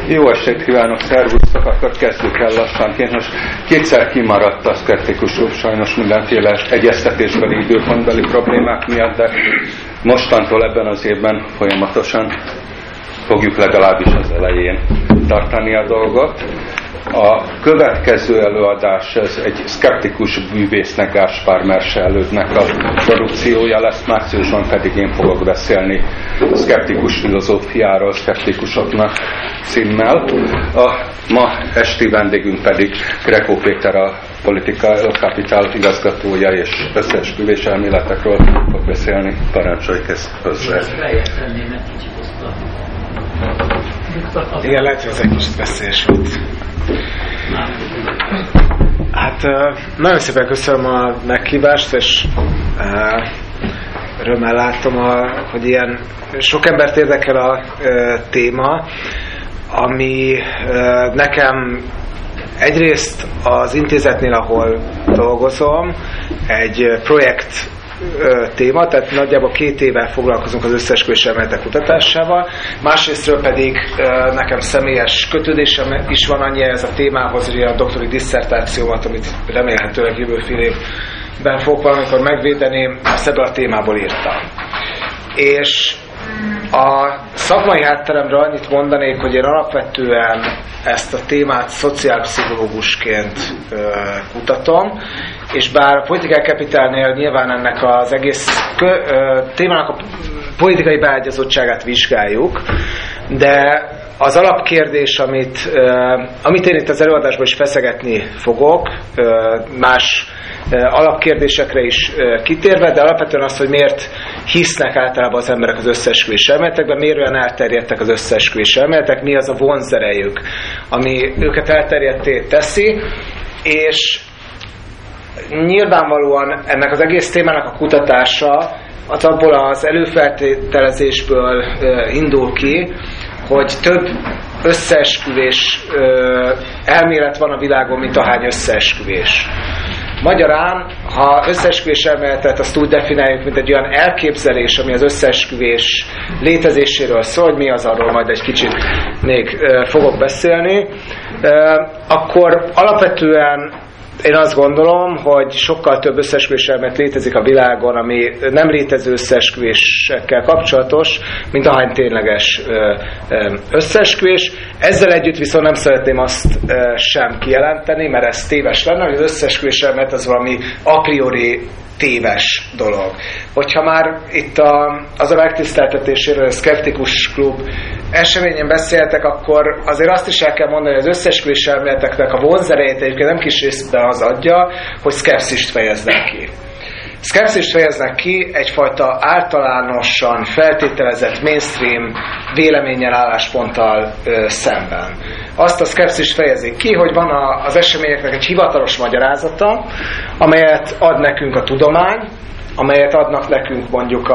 Jó estét kívánok, szervusztok, akkor kezdjük el lassanként. Most kétszer kimaradt a szkeptikus klub, sajnos mindenféle egyeztetésbeli, időpontbeli problémák miatt, de mostantól ebben az évben folyamatosan fogjuk legalábbis az elején tartani a dolgot. A következő előadás ez egy szkeptikus bűvésznek, Gáspár Merse elődnek a produkciója lesz, márciusban pedig én fogok beszélni a szkeptikus filozófiáról, szkeptikusoknak címmel. A ma esti vendégünk pedig Greco Péter, a Political Capital igazgatója és összeesküvés elméletekről fog beszélni. Parancsolj, kezd hozzá. Igen, lehet, hogy ez egy kicsit veszélyes volt. Hát nagyon szépen köszönöm a meghívást, és örömmel látom, hogy ilyen sok embert érdekel a téma, ami nekem egyrészt az intézetnél, ahol dolgozom, egy projekt téma, tehát nagyjából 2 éve foglalkozunk az összeesküvés elméletek kutatásával, másrésztről pedig nekem személyes kötődésem is van annyi ez a témához, hogy a doktori disszertációmat, amit remélhetőleg jövő fél évben fogok valamikor megvédeni, ezt ebből a témából írtam. És a szakmai hátteremre annyit mondanék, hogy én alapvetően ezt a témát szociálpszichológusként kutatom, és bár a Political Capitalnél nyilván ennek az egész témának a politikai beágyazottságát vizsgáljuk, de az alapkérdés, amit én itt az előadásban is feszegetni fogok, más alapkérdésekre is kitérve, de alapvetően az, hogy miért hisznek általában az emberek az összeesküvés elméletekben, miért olyan elterjedtek az összeesküvés elméletek, mi az a vonzerejük, ami őket elterjedté teszi, és nyilvánvalóan ennek az egész témának a kutatása az abból az előfeltételezésből indul ki, hogy több összeesküvés elmélet van a világon, mint ahány összeesküvés. Magyarán, ha összeesküvés elméletet azt úgy definiáljuk, mint egy olyan elképzelés, ami az összeesküvés létezéséről szól, hogy mi az, arról majd egy kicsit még fogok beszélni, akkor alapvetően én azt gondolom, hogy sokkal több összeesküvés elmélet létezik a világon, ami nem létező összeesküvésekkel kapcsolatos, mint ahány tényleges összeesküvés. Ezzel együtt viszont nem szeretném azt sem kijelenteni, mert ez téves lenne, hogy az összeesküvés elmélet az valami a priori téves dolog. Hogyha már itt az a megtiszteltetéséről a Szkeptikus Klub eseményen beszéltek, akkor azért azt is el kell mondani, hogy az összeesküvés elméleteknek a vonzerejét egyébként nem kis részben az adja, hogy szkepszist fejeznek ki. Szkepszist fejeznek ki egyfajta általánosan feltételezett mainstream véleménnyel, állásponttal szemben. Azt a szkepszist fejezik ki, hogy van az eseményeknek egy hivatalos magyarázata, amelyet ad nekünk a tudomány, amelyet adnak nekünk mondjuk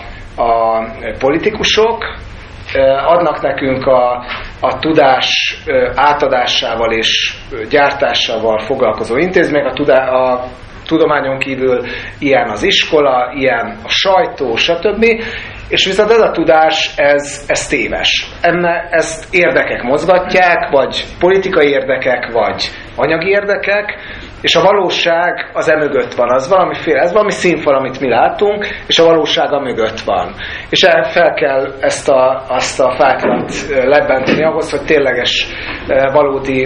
a politikusok, adnak nekünk a tudás átadásával és gyártásával foglalkozó intézmények, a tudományon kívül ilyen az iskola, ilyen a sajtó, stb. És viszont ez a tudás, ez téves. Ezt érdekek mozgatják, vagy politikai érdekek, vagy anyagi érdekek, és a valóság az emögött van. Ez valami színfal, amit mi látunk, és a valóság mögött van. És fel kell azt a fáklat lebbenteni ahhoz, hogy tényleges, valódi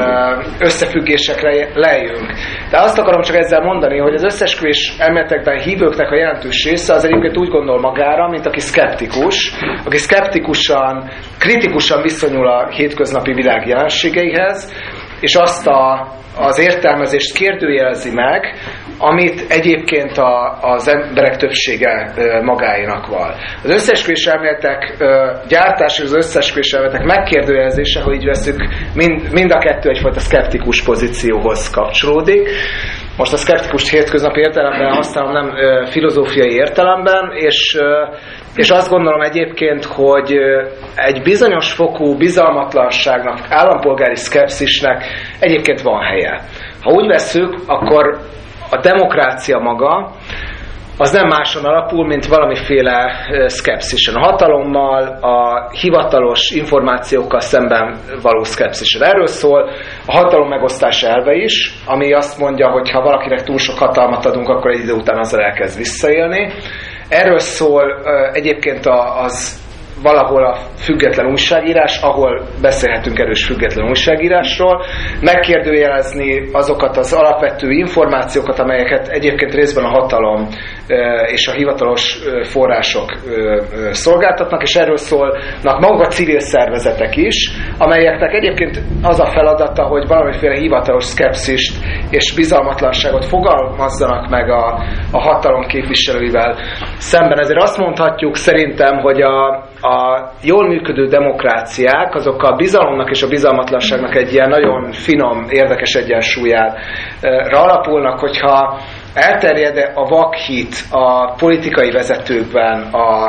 összefüggésekre lejjünk. De azt akarom csak ezzel mondani, hogy az összeesküvés elméletekben hívőknek a jelentős része az egyébként úgy gondol magára, mint aki szkeptikus, aki szkeptikusan, kritikusan viszonyul a hétköznapi világ jelenségeihez, és azt az értelmezést kérdőjelezi meg, amit egyébként az emberek többsége magáénak van. Az összeesküvés elméletek gyártása és az összeesküvés elméletek megkérdőjelezése, ha így veszük, mind a kettő egyfajta szkeptikus pozícióhoz kapcsolódik. Most a szkeptikus hétköznapi értelemben használom, nem filozófiai értelemben, és azt gondolom egyébként, hogy egy bizonyos fokú bizalmatlanságnak, állampolgári szkepszisnek egyébként van helye. Ha úgy vesszük, akkor a demokrácia maga az nem máson alapul, mint valamiféle szkepszisen. A hatalommal, a hivatalos információkkal szemben való szkepszisen. Erről szól a hatalom megosztása elve is, ami azt mondja, hogy ha valakinek túl sok hatalmat adunk, akkor egy idő után azzal elkezd visszaélni. Erről szól egyébként az valahol a független újságírás, ahol beszélhetünk erős független újságírásról, megkérdőjelezni azokat az alapvető információkat, amelyeket egyébként részben a hatalom és a hivatalos források szolgáltatnak, és erről szólnak maguk a civil szervezetek is, amelyeknek egyébként az a feladata, hogy valamiféle hivatalos szkepszist és bizalmatlanságot fogalmazzanak meg a hatalom képviselőivel szemben. Ezért azt mondhatjuk szerintem, hogy a jól működő demokráciák, azok a bizalomnak és a bizalmatlanságnak egy ilyen nagyon finom, érdekes egyensúlyára alapulnak, hogyha elterjed a vakhit a politikai vezetőkben,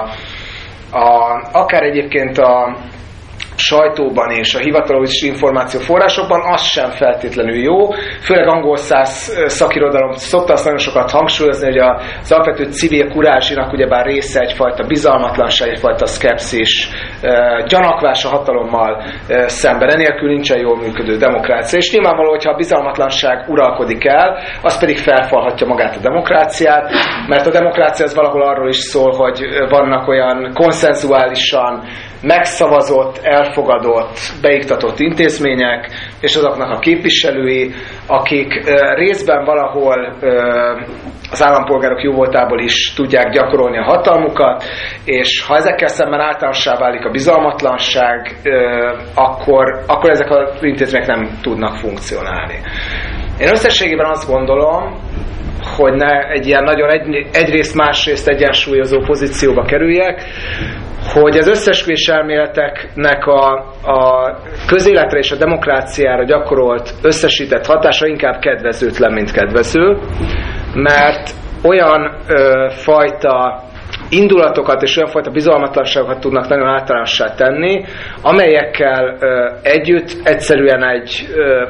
akár egyébként a sajtóban és a hivatalos információforrásokban, az sem feltétlenül jó. Főleg angol száz szakirodalom szokta azt nagyon sokat hangsúlyozni, hogy az alapvető civil kurázsinak ugyebár része egyfajta bizalmatlanság, egyfajta szkepszis, gyanakvás a hatalommal szemben. Enélkül nincsen jól működő demokrácia. És nyilvánvaló, hogyha a bizalmatlanság uralkodik el, az pedig felfalhatja magát a demokráciát, mert a demokrácia az valahol arról is szól, hogy vannak olyan konszenzuálisan megszavazott, elfogadott, beiktatott intézmények, és azoknak a képviselői, akik részben valahol az állampolgárok jóvoltából is tudják gyakorolni a hatalmukat, és ha ezekkel szemben általánossá válik a bizalmatlanság, akkor ezek az intézmények nem tudnak funkcionálni. Én összességében azt gondolom, hogy ne egy ilyen nagyon egyrészt másrészt egyensúlyozó pozícióba kerüljek, hogy az összeesküvés elméleteknek a közéletre és a demokráciára gyakorolt összesített hatása inkább kedvezőtlen, mint kedvező, mert olyan fajta indulatokat és olyan fajta bizalmatlanságokat tudnak nagyon általánossá tenni, amelyekkel együtt egyszerűen egy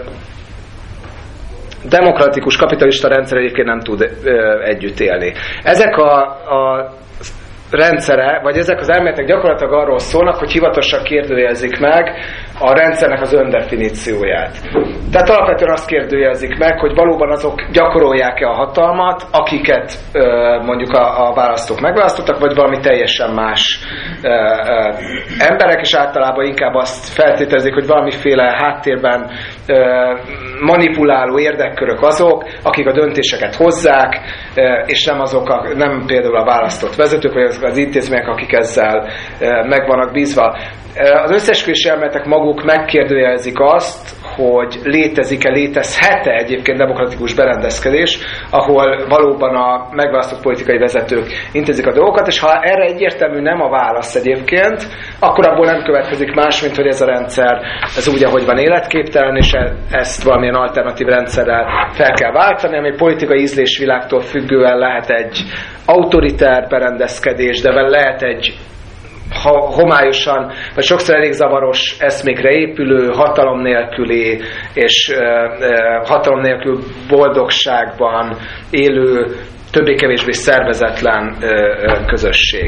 demokratikus, kapitalista rendszer egyébként nem tud együtt élni. Ezek a rendszere, vagy ezek az elméletek gyakorlatilag arról szólnak, hogy hivatalosan kérdőjelezik meg a rendszernek az öndefinícióját. Tehát alapvetően azt kérdőjelezik meg, hogy valóban azok gyakorolják-e a hatalmat, akiket mondjuk a választók megválasztottak, vagy valami teljesen más emberek, és általában inkább azt feltételezik, hogy valamiféle háttérben manipuláló érdekkörök azok, akik a döntéseket hozzák, és nem például a választott vezetők, vagy az intézmények, akik ezzel meg vannak bízva. Az összeesküvés elméletek maguk megkérdőjelezik azt, hogy létezhet-e egyébként demokratikus berendezkedés, ahol valóban a megválasztott politikai vezetők intézik a dolgokat, és ha erre egyértelmű nem a válasz egyébként, akkor abból nem következik más, mint hogy ez a rendszer ez úgy, ahogy van, életképtelen, és ezt valamilyen alternatív rendszerrel fel kell váltani, ami politikai ízlésvilágtól függően lehet egy autoritár berendezkedés, de lehet egy homályosan, vagy sokszor elég zavaros eszmékre épülő, hatalom nélküli és hatalom nélkül boldogságban élő, többé-kevésbé szervezetlen közösség.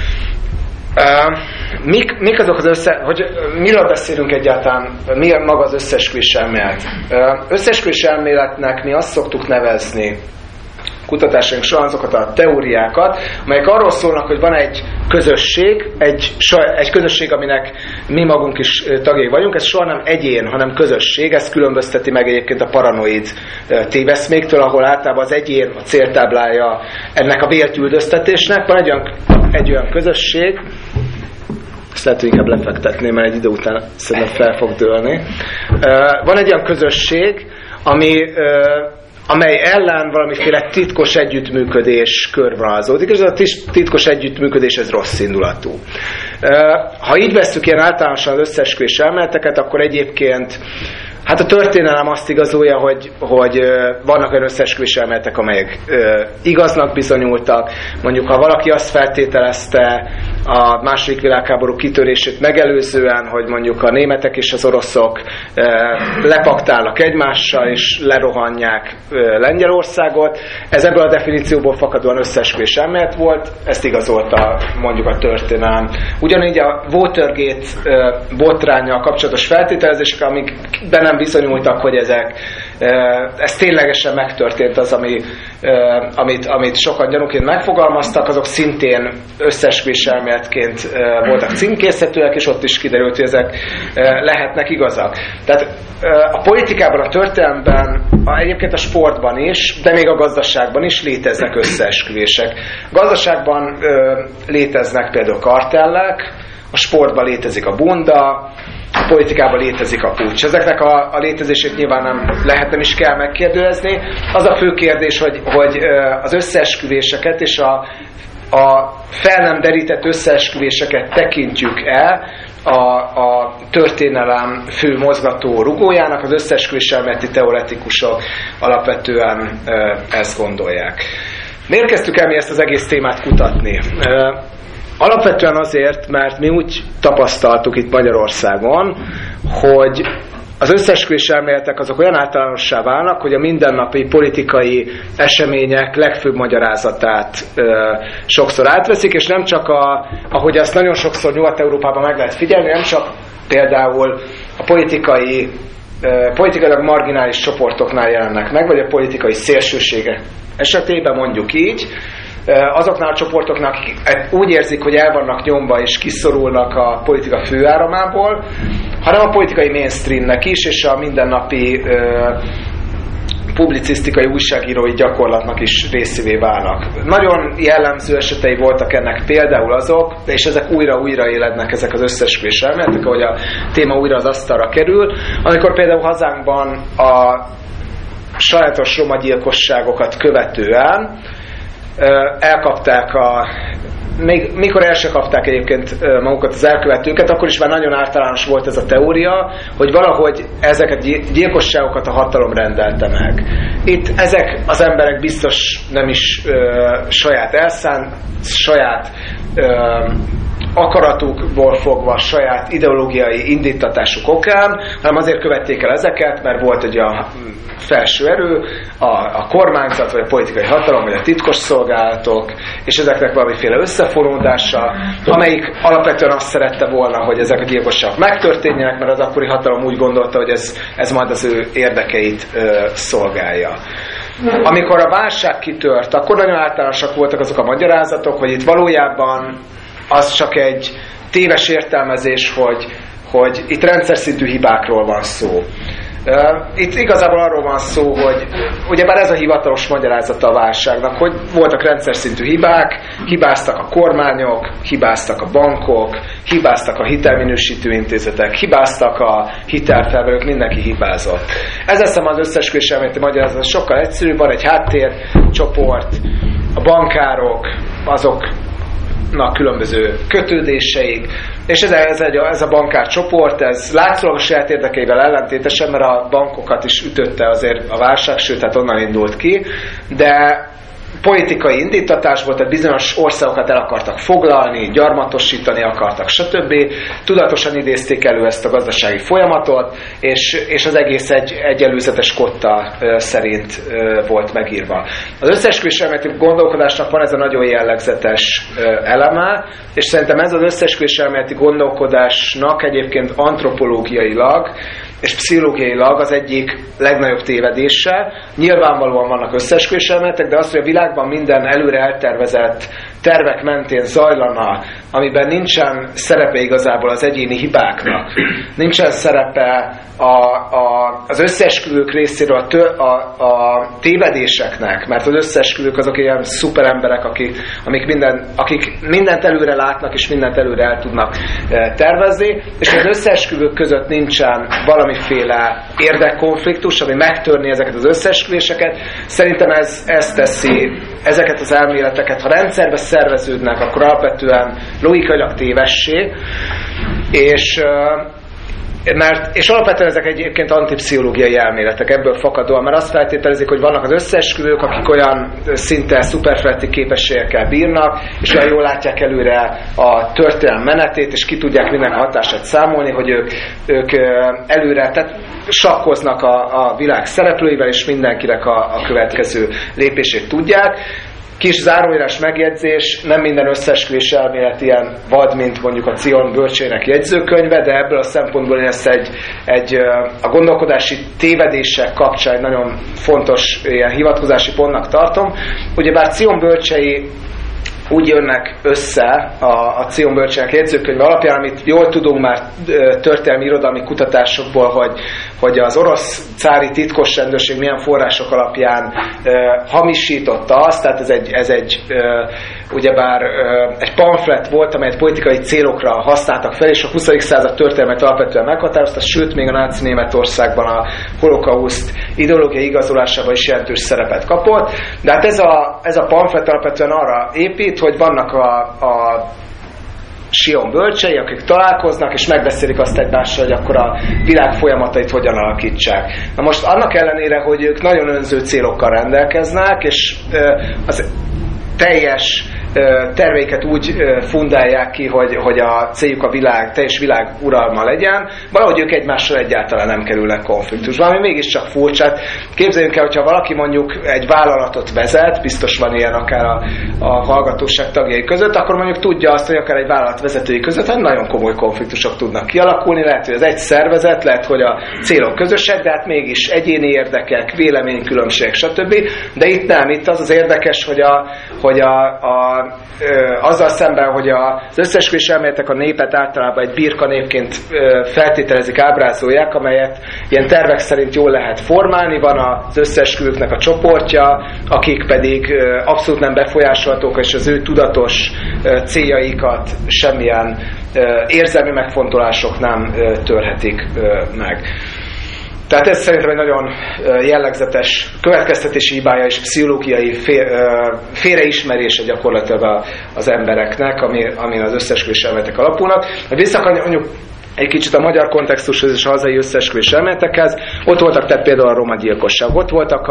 Mik azok hogy miről beszélünk egyáltalán, mi maga az összeesküvés elmélet? Összeesküvés elméletnek mi azt szoktuk nevezni kutatásaink során azokat a teóriákat, amelyek arról szólnak, hogy van egy közösség, egy közösség, aminek mi magunk is tagjai vagyunk, ez soha nem egyén, hanem közösség, ez különbözteti meg egyébként a paranoid téveszméktől, ahol általában az egyén a céltáblája ennek a vélt üldöztetésnek. Van egy olyan közösség, ezt lehet, hogy inkább lefektetném, mert egy idő után szerintem fel fog dőlni. Van egy olyan közösség, amely ellen valamiféle titkos együttműködés körvonalazódik, és ez a titkos együttműködés ez rossz indulatú. Ha így vesszük ilyen általánosan az összeesküvés elméleteket, akkor egyébként Hát a történelem azt igazolja, hogy vannak olyan összeesküvés elméletek, amelyek igaznak bizonyultak. Mondjuk, ha valaki azt feltételezte a második világháború kitörését megelőzően, hogy mondjuk a németek és az oroszok lepaktálnak egymással, és lerohanják Lengyelországot, ez ebből a definícióból fakadóan összeesküvés elmélet volt, ezt igazolta mondjuk a történelem. Ugyanígy a Watergate botránnyal kapcsolatos feltételezések, amikben nem bizonyultak, hogy ez ténylegesen megtörtént az, amit sokan gyanúként megfogalmaztak, azok szintén összeesküvés elméletként voltak címkézhetőek, és ott is kiderült, hogy ezek lehetnek igazak. Tehát a politikában, a történelemben, egyébként a sportban is, de még a gazdaságban is léteznek összeesküvések. A gazdaságban léteznek például kartellek, a sportban létezik a bunda, a politikában létezik a puccs. Ezeknek a létezését nyilván nem lehet, nem is kell megkérdőjezni. Az a fő kérdés, hogy az összeesküvéseket és a fel nem derített összeesküvéseket tekintjük-e a történelem fő mozgató rugójának. Az összeesküvés elméleti teoretikusok alapvetően ezt gondolják. Miért kezdtük el mi ezt az egész témát kutatni? Alapvetően azért, mert mi úgy tapasztaltuk itt Magyarországon, hogy az összeesküvés elméletek azok olyan általánossá válnak, hogy a mindennapi politikai események legfőbb magyarázatát sokszor átveszik, és nem csak ahogy azt nagyon sokszor Nyugat-Európában meg lehet figyelni, nem csak például a politikailag marginális csoportoknál jelennek meg, vagy a politikai szélsőségek esetében, mondjuk így, azoknál a csoportoknak úgy érzik, hogy el vannak nyomva és kiszorulnak a politika főáramából, hanem a politikai mainstreamnek is, és a mindennapi publicisztikai újságírói gyakorlatnak is részévé válnak. Nagyon jellemző esetei voltak ennek például azok, és ezek újra élednek, ezek az összeesküvés elméletek, ahogy a téma újra az asztalra kerül, amikor például hazánkban a sajátos roma gyilkosságokat követően elkapták mikor el se kapták egyébként magukat az elkövetőket, akkor is már nagyon általános volt ez a teória, hogy valahogy ezeket gyilkosságokat a hatalom rendelte meg. Itt ezek az emberek biztos nem is saját akaratukból fogva, saját ideológiai indítatásuk okán, hanem azért követték el ezeket, mert volt egy a felső erő, a kormányzat, vagy a politikai hatalom, vagy a titkosszolgálatok, és ezeknek valamiféle összefonódása, amelyik alapvetően azt szerette volna, hogy ezek a gyilkosságok megtörténjenek, mert az akkori hatalom úgy gondolta, hogy ez majd az ő érdekeit szolgálja. Amikor a válság kitört, akkor nagyon általánosak voltak azok a magyarázatok, hogy itt valójában az csak egy téves értelmezés, hogy itt rendszer szintű hibákról van szó. Itt igazából arról van szó, hogy ugyebár ez a hivatalos magyarázata a válságnak, hogy voltak rendszer szintű hibák, hibáztak a kormányok, hibáztak a bankok, hibáztak a hitelminősítő intézetek, hibáztak a hitelfelvevők, mindenki hibázott. Ez eszem az összeesküvés elméleti magyarázat sokkal egyszerűbb, van egy háttércsoport, a bankárok, azoknak különböző kötődéseik, és ez a bankárcsoport, ez látszólag a saját érdekeivel ellentétesen, mert a bankokat is ütötte azért a válság, sőt, hát onnan indult ki, de politikai indítatásból, tehát bizonyos országokat el akartak foglalni, gyarmatosítani akartak, stb. Tudatosan idézték elő ezt a gazdasági folyamatot, és az egész egy előzetes kotta szerint volt megírva. Az összeesküvés elméleti gondolkodásnak van ez a nagyon jellegzetes eleme, és szerintem ez az összeesküvés elméleti gondolkodásnak egyébként antropológiailag és pszichológiailag az egyik legnagyobb tévedése. Nyilvánvalóan vannak összeesküvés elméletek, de az, hogy a világban minden előre eltervezett tervek mentén zajlana, amiben nincsen szerepe igazából az egyéni hibáknak, nincsen szerepe az összeesküvők részéről a tévedéseknek, mert az összeesküvők azok ilyen szuperemberek, akik mindent előre látnak, és mindent előre el tudnak tervezni, és az összeesküvők között nincsen valamiféle érdekkonfliktus, ami megtörni ezeket az összeesküvéseket. Szerintem ez teszi ezeket az elméleteket, ha rendszerbe szerveződnek, akkor alapvetően logikailag tévessé, és és alapvetően ezek egyébként antipszichológiai elméletek ebből fakadóan, mert azt feltételezik, hogy vannak az összeesküvők, akik olyan szinte szuperfeletti képességekkel bírnak, és olyan jól látják előre a történelem menetét, és ki tudják minden hatását számolni, hogy ők előre, tehát sakkoznak a világ szereplőivel, és mindenkinek a következő lépését tudják. Kis zárójeles megjegyzés, nem minden összeesküvés elmélet ilyen vad, mint mondjuk a Zion bölcsének jegyzőkönyve, de ebből a szempontból én ezt a gondolkodási tévedések kapcsán egy nagyon fontos ilyen hivatkozási pontnak tartom. Ugyebár Zion bölcsei úgy jönnek össze a Zion bölcsének jegyzőkönyve alapján, amit jól tudunk már történelmi irodalmi kutatásokból, hogy az orosz cári titkos rendőrség milyen források alapján hamisította azt, tehát ez egy ugyebár egy pamflet volt, amelyet politikai célokra használtak fel, és a 20. század történelmet alapvetően meghatározta, sőt még a náci Németországban a holokauszt ideológiai igazolásában is jelentős szerepet kapott. De hát ez a pamflet alapvetően arra épít, hogy vannak a Zion bölcsei, akik találkoznak, és megbeszélik azt egymással, hogy akkor a világ folyamatait hogyan alakítsák. Na most annak ellenére, hogy ők nagyon önző célokkal rendelkeznek, és az teljes terveiket úgy fundálják ki, hogy a céljuk a teljes világ uralma legyen, valahogy ők egymással egyáltalán nem kerülnek konfliktusba, ami mégiscsak furcsa. Képzeljünk el, hogyha valaki mondjuk egy vállalatot vezet, biztos van ilyen akár a hallgatóság tagjai között, akkor mondjuk tudja azt, hogy akár egy vállalat vezetői között hát nagyon komoly konfliktusok tudnak kialakulni, lehet, hogy az egy szervezet, lehet, hogy a célok közösek, de hát mégis egyéni érdekek, véleménykülönbségek, stb. De itt nem, itt az érdekes, hogy azzal szemben, hogy az összeesküvés elméletek a népet általában egy birka népként feltételezik, ábrázolják, amelyet ilyen tervek szerint jól lehet formálni, van az összeesküvőknek a csoportja, akik pedig abszolút nem befolyásolhatók, és az ő tudatos céljaikat semmilyen érzelmi megfontolások nem törhetik meg. Tehát ez szerintem egy nagyon jellegzetes következtetési hibája és pszichológiai félreismerése gyakorlatilag az embereknek, amin az összeesküvés elméletek alapulnak. Visszakanyarulunk egy kicsit a magyar kontextushoz és a hazai összeesküvés elméletekhez. Ott voltak tehát például a roma gyilkosság, ott voltak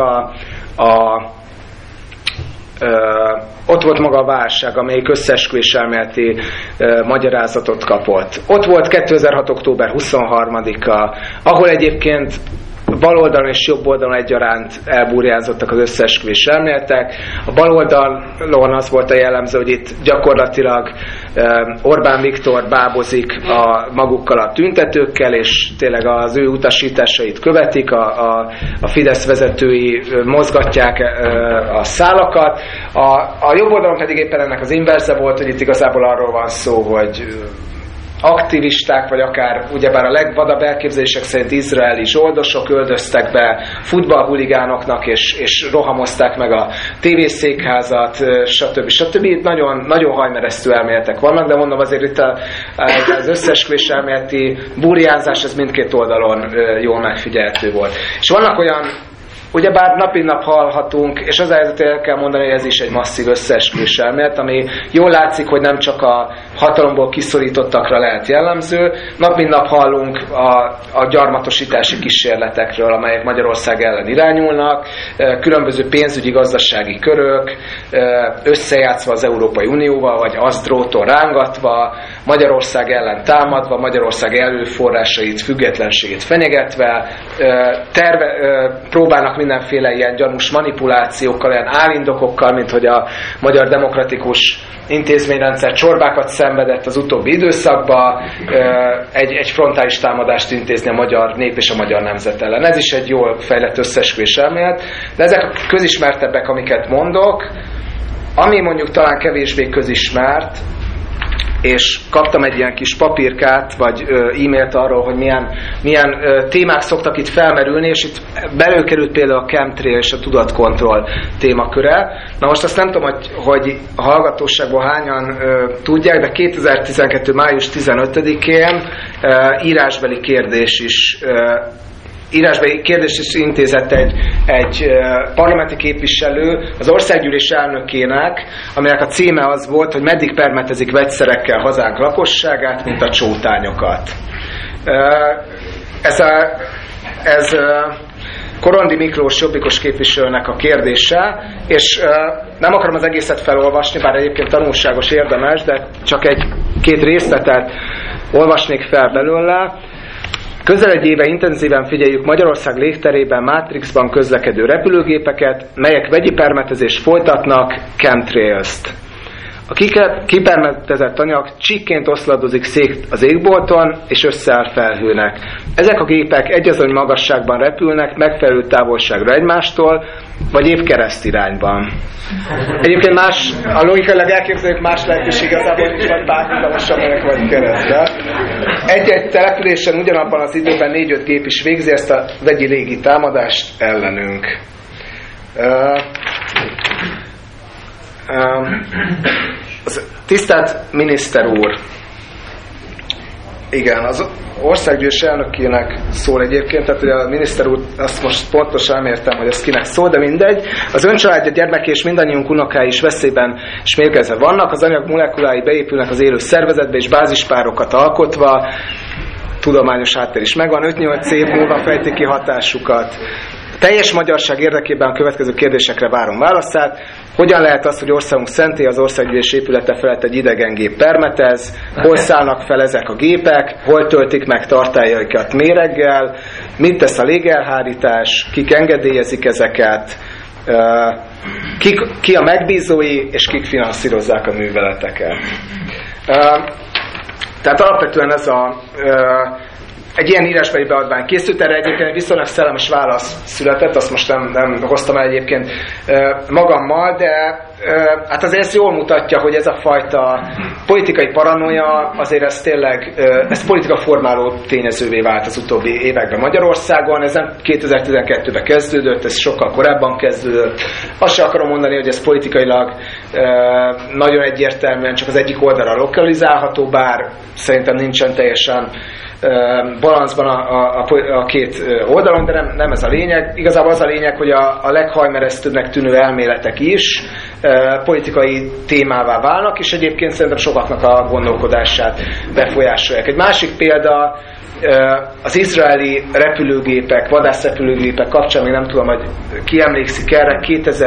ott volt maga a válság, amelyik összeesküvés elméleti magyarázatot kapott. Ott volt 2006. október 23-a, ahol egyébként baloldalon és jobb oldalon egyaránt elburjázottak az összeesküvés elméletek. A baloldalon az volt a jellemző, hogy itt gyakorlatilag Orbán Viktor bábozik magukkal a tüntetőkkel, és tényleg az ő utasításait követik, a Fidesz vezetői mozgatják a szálakat. A jobb oldalon pedig éppen ennek az inverse volt, hogy itt igazából arról van szó, hogy aktivisták, vagy akár ugyebár a legvadabb elképzelések szerint izraeli zsoldosok öldöztek be futballhuligánoknak, és rohamozták meg a tévészékházat, stb. Nagyon, nagyon hajmeresztő elméletek vannak, de mondom azért itt az összeesküvés elméleti burjánzás, ez mindkét oldalon jól megfigyelhető volt. És vannak olyan, ugyebár nap mint nap hallhatunk, és az helyzet, el kell mondani, hogy ez is egy masszív összeesküvés elmélet, ami jól látszik, hogy nem csak a hatalomból kiszorítottakra lehet jellemző. Nap mint nap hallunk a gyarmatosítási kísérletekről, amelyek Magyarország ellen irányulnak, különböző pénzügyi, gazdasági körök, összejátszva az Európai Unióval, vagy ASZDRÓ-tól rángatva, Magyarország ellen támadva, Magyarország előforrásait, függetlenségét fenyegetve, próbálnak mindenféle ilyen gyanús manipulációkkal, ilyen álindokokkal, mint hogy a magyar demokratikus intézményrendszer csorbákat szenvedett az utóbbi időszakban, egy frontális támadást intézni a magyar nép és a magyar nemzet ellen. Ez is egy jól fejlett összeesküvés elmélet, de ezek a közismertebbek, amiket mondok, ami mondjuk talán kevésbé közismert, és kaptam egy ilyen kis papírkát, vagy e-mailt arról, hogy milyen témák szoktak itt felmerülni, és itt belőkerült például a chemtrail és a tudatkontroll témaköre. Na most azt nem tudom, hogy a hallgatóságból hányan tudják, de 2012. május 15-én írásbeli kérdést is intézett egy parlamenti képviselő az országgyűlés elnökének, aminek a címe az volt, hogy meddig permetezik vegyszerekkel hazánk lakosságát, mint a csótányokat. ez Korondi Miklós jobbikos képviselőnek a kérdése, és nem akarom az egészet felolvasni, bár egyébként tanulságos, érdemes, de csak két részletet olvasnék fel belőle. Közel egy éve intenzíven figyeljük Magyarország légterében Matrixban közlekedő repülőgépeket, melyek vegyi permetezést folytatnak, chemtrails-t. A kipermetezett anyag csíkként oszladozik szét az égbolton, és összeáll felhőnek. Ezek a gépek egyazon magasságban repülnek, megfelelő távolságra egymástól, vagy épp keresztirányban. Egyébként a logikailag elképzeljük más lehetőség igazából is, vagy párhuzamosan megyek, vagy keresztre. Egy-egy településen ugyanabban az időben 4-5 gép is végzi ezt a vegyi légi támadást ellenünk. Tisztelt miniszter úr! Igen, az országgyűlés elnökének szól egyébként, tehát ugye a miniszter úr, azt most pontosan nem értem, hogy ez kinek szól, de mindegy. Az öncsaládja, gyermekei és mindannyiunk unokái is veszélyben és mérgezve vannak, az anyag molekulái beépülnek az élő szervezetbe és bázispárokat alkotva, tudományos háttér is megvan, 5-8 év múlva fejtik ki hatásukat. Teljes magyarság érdekében a következő kérdésekre várom válaszát. Hogyan lehet az, hogy országunk szentély az országgyűlés épülete felett egy idegen gép permetez? Hol szállnak fel ezek a gépek? Hol töltik meg tartályaikat méreggel? Mit tesz a légelhárítás? Kik engedélyezik ezeket? Ki a megbízói, és kik finanszírozzák a műveleteket? Tehát alapvetően ez egy ilyen írásbeli beadvány készült, erre egyébként viszonylag szellemes válasz született, azt most nem hoztam el egyébként magammal, de hát azért ez jól mutatja, hogy ez a fajta politikai paranoia, azért ez tényleg, ez politika formáló tényezővé vált az utóbbi években Magyarországon, ez nem 2012-ben kezdődött, ez sokkal korábban kezdődött. Azt sem akarom mondani, hogy ez politikailag nagyon egyértelműen csak az egyik oldalra lokalizálható, bár szerintem nincsen teljesen balanszban a két oldalon, de nem ez a lényeg. Igazából az a lényeg, hogy a leghajmeresztőbbnek tűnő elméletek is politikai témává válnak, és egyébként szerintem sokaknak a gondolkodását befolyásolják. Egy másik példa az izraeli repülőgépek, vadászrepülőgépek kapcsán, még nem tudom, hogy ki emlékszik erre,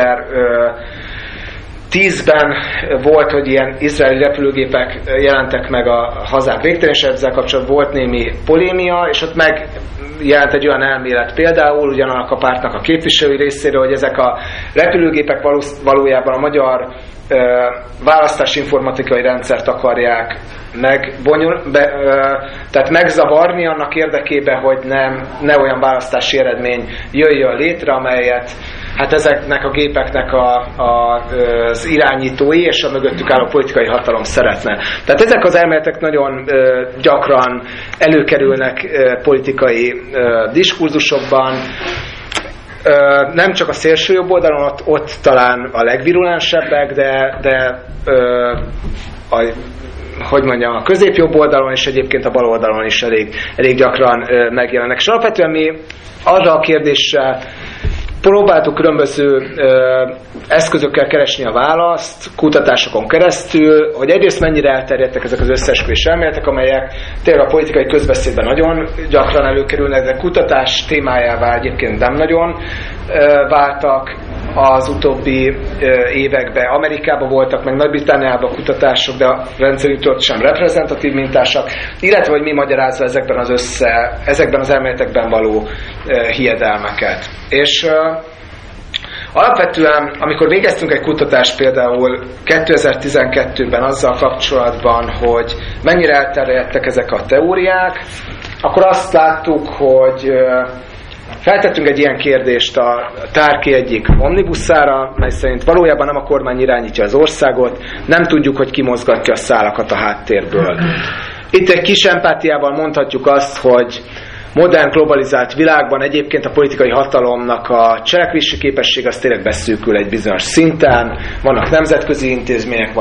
2010-ben volt, hogy ilyen izraeli repülőgépek jelentek meg a hazánk végtelen, és ezzel kapcsolatban volt némi polémia, és ott megjelent egy olyan elmélet például ugyanannak a pártnak a képviselői részéről, hogy ezek a repülőgépek valójában a magyar választási informatikai rendszert akarják tehát megzavarni annak érdekében, hogy ne olyan választási eredmény jöjjön létre, amelyet hát ezeknek a gépeknek az irányítói és a mögöttük álló politikai hatalom szeretne. Tehát ezek az elméletek nagyon gyakran előkerülnek politikai diskurzusokban, nem csak a szélső jobb oldalon, ott talán a legvirulensebbek, de a középjobb oldalon és egyébként a bal oldalon is elég gyakran megjelennek. És alapvetően mi arra a kérdésre próbáltuk különböző eszközökkel keresni a választ, kutatásokon keresztül, hogy egyrészt mennyire elterjedtek ezek az összeesküvés elméletek, amelyek tényleg a politikai közbeszédben nagyon gyakran előkerülnek, de kutatás témájává egyébként nem nagyon váltak az utóbbi években. Amerikában voltak, meg Nagy-Britanniában kutatások, de a rendszerint ott sem reprezentatív mintásak, illetve hogy mi magyarázza ezekben az elméletekben való hiedelmeket. És alapvetően, amikor végeztünk egy kutatást például 2012-ben azzal kapcsolatban, hogy mennyire elterjedtek ezek a teóriák, akkor azt láttuk, hogy feltettünk egy ilyen kérdést a Tárki egyik omnibuszára, mely szerint valójában nem a kormány irányítja az országot, nem tudjuk, hogy ki mozgatja a szálakat a háttérből. Itt egy kis empátiával mondhatjuk azt, hogy modern, globalizált világban egyébként a politikai hatalomnak a cselekvési képesség az tényleg beszűkül egy bizonyos szinten, vannak nemzetközi intézmények,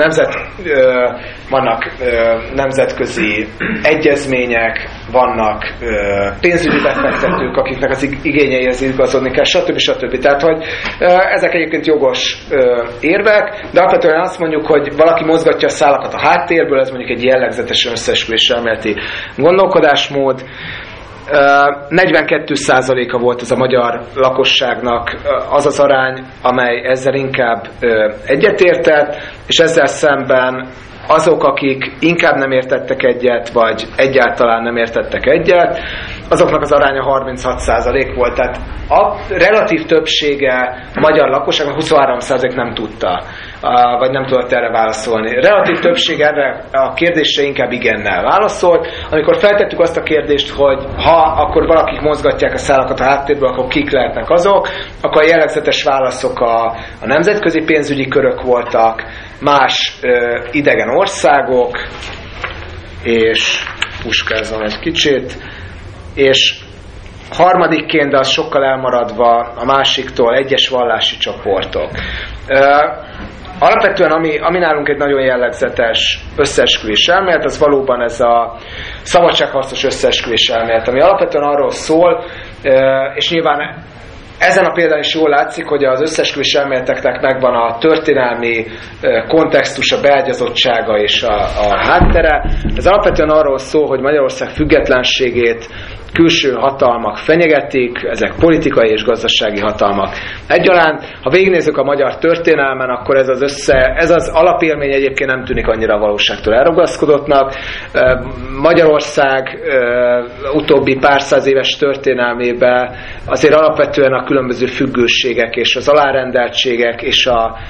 vannak nemzetközi egyezmények, vannak pénzügyi befektetők, akiknek az igényeihez igazodni kell, stb. Tehát, hogy ezek egyébként jogos érvek, de alapvetően azt mondjuk, hogy valaki mozgatja a szálakat a háttérből, ez mondjuk egy jellegzetesen összeesküvés elméleti gondolkodásmód. 42%-a volt ez a magyar lakosságnak az az arány, amely ezzel inkább egyetértett, és ezzel szemben azok, akik inkább nem értettek egyet, vagy egyáltalán nem értettek egyet, azoknak az aránya 36% volt. Tehát a relatív többsége a magyar lakosságnak 23% nem tudta, vagy nem tudott erre válaszolni. Relatív többség erre a kérdésre inkább igennel válaszolt. Amikor feltettük azt a kérdést, hogy ha akkor valakik mozgatják a szálakat a háttérből, akkor kik lehetnek azok, akkor a jellegzetes válaszok a nemzetközi pénzügyi körök voltak, más idegen országok, és puskázom egy kicsit, és harmadikként, de az sokkal elmaradva a másiktól, egyes vallási csoportok. Alapvetően, ami nálunk egy nagyon jellegzetes összeesküvés elmélet, az valóban ez a szabadságharcos összeesküvés elmélet, ami alapvetően arról szól, és nyilván ezen a példán is jól látszik, hogy az összeesküvés elméleteknek megvan a történelmi kontextus, a beágyazottsága és a háttere. Ez alapvetően arról szól, hogy Magyarország függetlenségét külső hatalmak fenyegetik, ezek politikai és gazdasági hatalmak egyaránt. Ha végignézzük a magyar történelmen, akkor ez az alapélmény egyébként nem tűnik annyira valóságtól elragaszkodottnak. Magyarország utóbbi pár száz éves történelmében azért alapvetően a különböző függőségek és az alárendeltségek és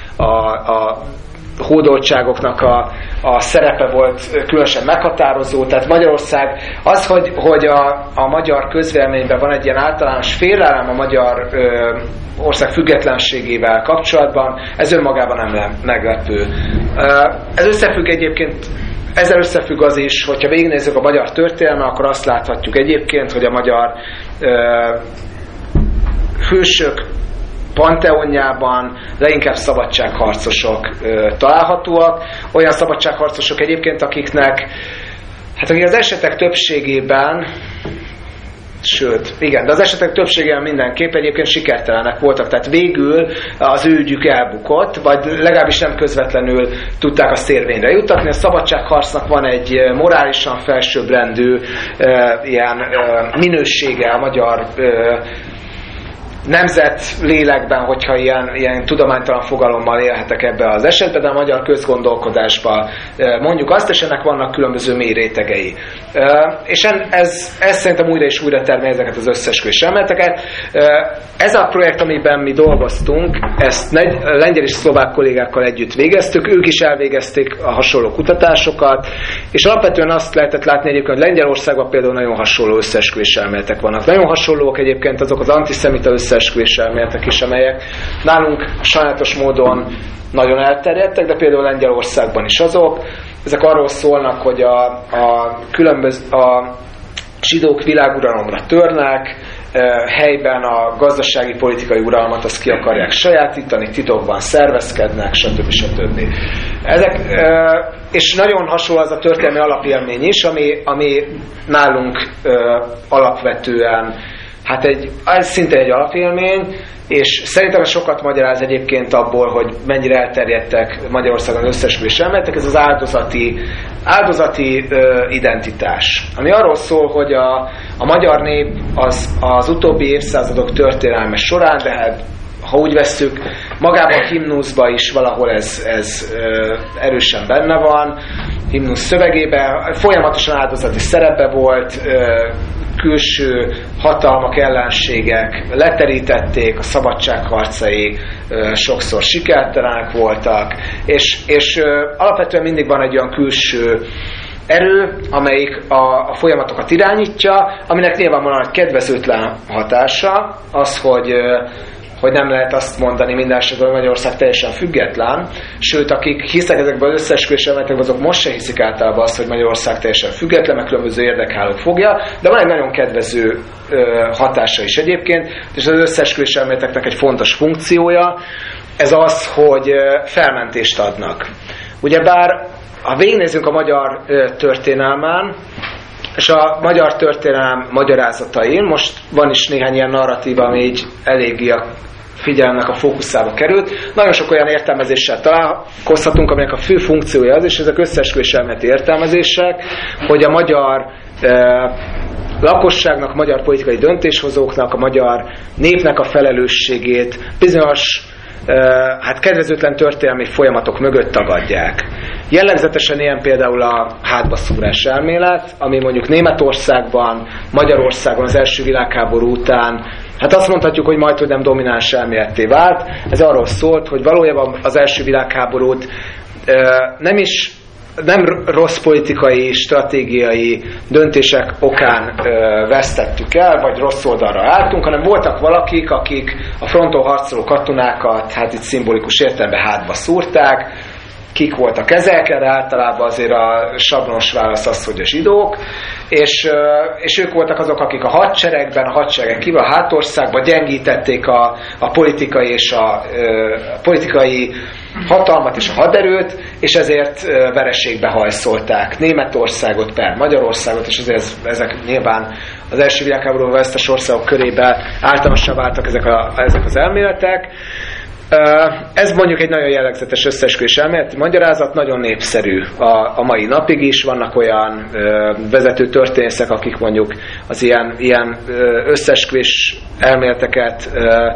a hódoltságoknak a szerepe volt különösen meghatározó. Tehát Magyarország az, hogy a magyar közvéleményben van egy ilyen általános félelem a magyar ország függetlenségével kapcsolatban, ez önmagában nem meglepő. Ez összefügg egyébként, ezzel összefügg az is, hogyha végignézzük a magyar történelmet, akkor azt láthatjuk egyébként, hogy a magyar hősök panteonjában leginkább szabadságharcosok találhatóak. Olyan szabadságharcosok egyébként, akik az esetek többségében, de az esetek többségében mindenképp egyébként sikertelenek voltak, tehát végül az ő ügyük elbukott, vagy legalábbis nem közvetlenül tudták azt érvényre juttatni. A szabadságharcnak van egy morálisan felsőbbrendű ilyen minősége a magyar nemzetlélekben, hogyha ilyen tudománytalan fogalommal élhetek ebbe az esetben, de a magyar közgondolkodásban mondjuk azt, és ennek vannak különböző mély rétegei. És ez szerintem újra és újra termel ezeket az összeesküvés elméleteket. Ez a projekt, amiben mi dolgoztunk, ezt lengyel és szlovák kollégákkal együtt végeztük, ők is elvégezték a hasonló kutatásokat, és alapvetően azt lehetett látni egyébként, hogy Lengyelországban például nagyon hasonló összeesküvés elméletek vannak. Nagyon hasonlóak egyébként azok az antiszemita összeesküvés elméletek is, amelyek nálunk sajnálatos módon nagyon elterjedtek, de például Lengyelországban is azok. Ezek arról szólnak, hogy a zsidók világuralomra törnek, helyben a gazdasági politikai uralmat azt ki akarják sajátítani, titokban szervezkednek, stb. És nagyon hasonló az a történelmi alapélmény is, ami nálunk alapvetően ez szinte egy alapélmény, és szerintem ez sokat magyaráz egyébként abból, hogy mennyire elterjedtek Magyarországon összeesküvés elméletek, ez az áldozati identitás. Ami arról szól, hogy a magyar nép az utóbbi évszázadok történelme során, de hát ha úgy vesszük, magában a himnuszban is valahol ez erősen benne van, himnusz szövegében, folyamatosan áldozati szerepe volt, külső hatalmak, ellenségek leterítették, a szabadságharcai sokszor sikertelenek voltak, és alapvetően mindig van egy olyan külső erő, amelyik a folyamatokat irányítja, aminek nyilvánvalóan egy kedvezőtlen hatása az, hogy nem lehet azt mondani minden esetben, hogy Magyarország teljesen független, sőt, akik hisznek ezekben az összeesküvés elméletekben, azok most se hiszik általában azt, hogy Magyarország teljesen független, meg különböző érdekhálók fogja, de van egy nagyon kedvező hatása is egyébként, és az összeesküvés elméleteknek egy fontos funkciója, ez az, hogy felmentést adnak. Ugyebár, ha végignézzünk a magyar történelmen, és a magyar történelem magyarázatain, most van is néhány ilyen narratíva, ami így eléggé a figyelmnek a fókuszába került. Nagyon sok olyan értelmezéssel találkozhatunk, aminek a fő funkciója az, és ezek összeesküvés elméleti értelmezések, hogy a magyar lakosságnak, a magyar politikai döntéshozóknak, a magyar népnek a felelősségét bizonyos kedvezőtlen történelmi folyamatok mögött tagadják. Jellegzetesen ilyen például a hátbaszúrás elmélet, ami mondjuk Németországban, Magyarországon az első világháború után, azt mondhatjuk, hogy majdhogy nem domináns elméletté vált. Ez arról szólt, hogy valójában az első világháborút nem rossz politikai, stratégiai döntések okán vesztettük el, vagy rossz oldalra álltunk, hanem voltak valakik, akik a fronton harcoló katonákat, itt szimbolikus értelemben hátba szúrták. Kik voltak ezek? Erre általában azért a sablonos válasz az, hogy a zsidók, és ők voltak azok, akik a hadseregen kívül a hátországban gyengítették a politikai és a politikai hatalmat és a haderőt, és ezért vereségbe hajszolták Németországot per Magyarországot, és azért ezek nyilván az első világháborúban vesztes országok körében általánossá váltak ezek az elméletek. Ez mondjuk egy nagyon jellegzetes összeesküvés elméleti magyarázat, nagyon népszerű a mai napig is. Vannak olyan vezető történészek, akik mondjuk az ilyen összeesküvés elméleteket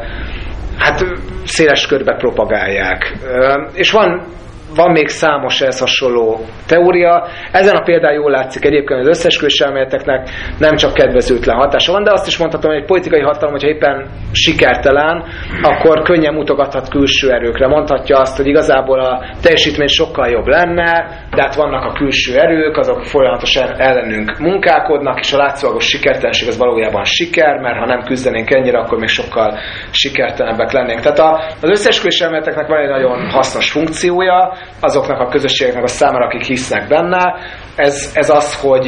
széles körbe propagálják. És van még számos ehhez hasonló teória. Ezen a példán jól látszik egyébként az összeesküvés elméleteknek nem csak kedvezőtlen hatása van, de azt is mondhatom, hogy egy politikai hatalom, hogyha éppen sikertelen, akkor könnyen mutogathat külső erőkre. Mondhatja azt, hogy igazából a teljesítmény sokkal jobb lenne, de vannak a külső erők, azok folyamatosan ellenünk munkálkodnak, és a látszólagos sikertelenség az valójában siker, mert ha nem küzdenénk ennyire, akkor még sokkal sikertelenebbek lennénk. Tehát az összeesküvés elméleteknek van egy nagyon hasznos funkciója, azoknak a közösségeknek a számára, akik hisznek benne. Ez az, hogy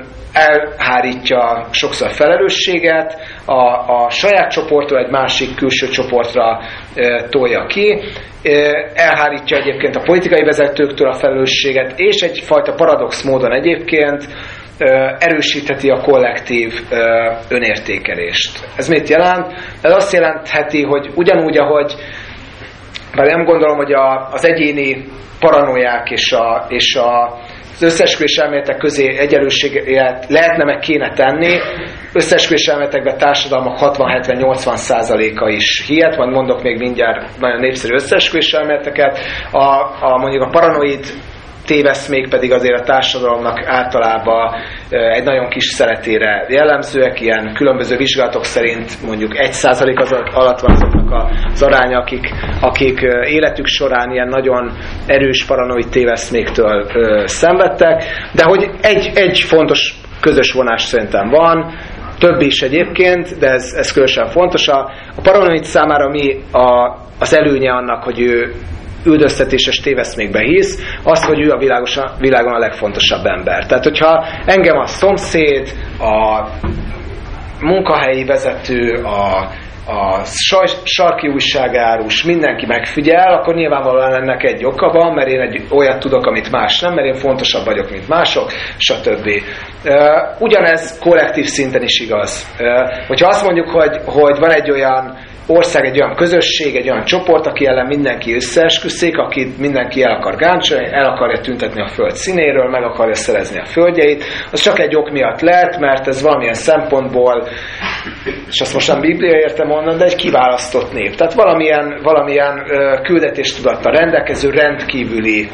elhárítja sokszor felelősséget, a saját csoporttól egy másik külső csoportra tolja ki, elhárítja egyébként a politikai vezetőktől a felelősséget, és egyfajta paradox módon egyébként erősítheti a kollektív önértékelést. Ez mit jelent? Ez azt jelentheti, hogy ugyanúgy, ahogy bár nem gondolom, hogy az egyéni paranoiák és az összeesküvés elméletek közé egyenlőséget lehetne meg kéne tenni. Összeesküvés elméletekben társadalmak 60-70-80%-a is hihet, majd mondok még mindjárt nagyon népszerű összeesküvés elméleteket. Mondjuk a paranoid téveszmék pedig azért a társadalomnak általában egy nagyon kis szeletére jellemzőek, ilyen különböző vizsgálatok szerint mondjuk 1% alatt van azoknak az aránya, akik életük során ilyen nagyon erős paranoid téveszméktől szenvedtek, de hogy egy fontos közös vonás szerintem van, több is egyébként, de ez különösen fontos. A paranoid számára mi az előnye annak, hogy ő üldöztetéses téveszmékbe hisz, az, hogy ő a világon a legfontosabb ember. Tehát, hogyha engem a szomszéd, a munkahelyi vezető, a sarki újságárus, mindenki megfigyel, akkor nyilvánvalóan ennek egy oka van, mert én olyat tudok, amit más nem, mert én fontosabb vagyok, mint mások, stb. Ugyanez kollektív szinten is igaz. Hogyha azt mondjuk, hogy van egy olyan ország, egy olyan közösség, egy olyan csoport, aki ellen mindenki összeesküszik, akit mindenki el akar gáncsolni, el akarja tüntetni a föld színéről, meg akarja szerezni a földjeit, az csak egy ok miatt lehet, mert ez valamilyen szempontból, és azt most nem Biblia értem onnan, de egy kiválasztott nép. Tehát valamilyen küldetéstudattal rendelkező rendkívüli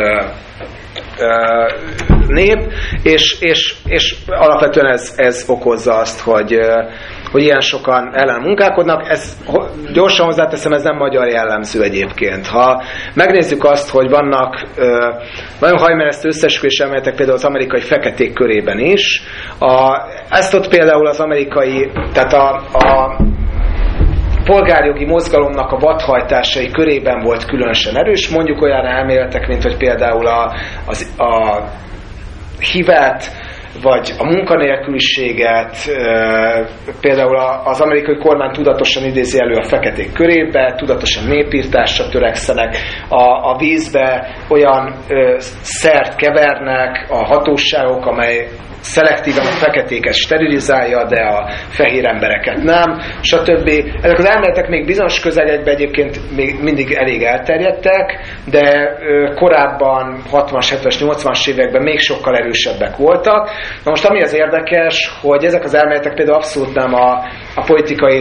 nép, és alapvetően ez okozza azt, hogy ilyen sokan ellen munkálkodnak. Ez, gyorsan hozzáteszem, ez nem magyar jellemző egyébként. Ha megnézzük azt, hogy vannak nagyon hajmeresztő összeesküvés elméletek például az amerikai feketék körében is, ezt ott például az amerikai, tehát a polgárjogi mozgalomnak a vadhajtásai körében volt különösen erős, mondjuk olyan elméletek, mint hogy például a HIV-et, vagy a munkanélküliséget, például az amerikai kormány tudatosan idézi elő a feketék körébe, tudatosan népírtásra törekszenek, a vízbe olyan szert kevernek a hatóságok, amely szelektíven a feketéket sterilizálja, de a fehér embereket nem, stb. Ezek az elméletek még bizonyos közegekben egyébként még mindig elég elterjedtek, de korábban 60-as, 70-es, 80-as években még sokkal erősebbek voltak. Na most ami az érdekes, hogy ezek az elméletek például abszolút nem a politikai,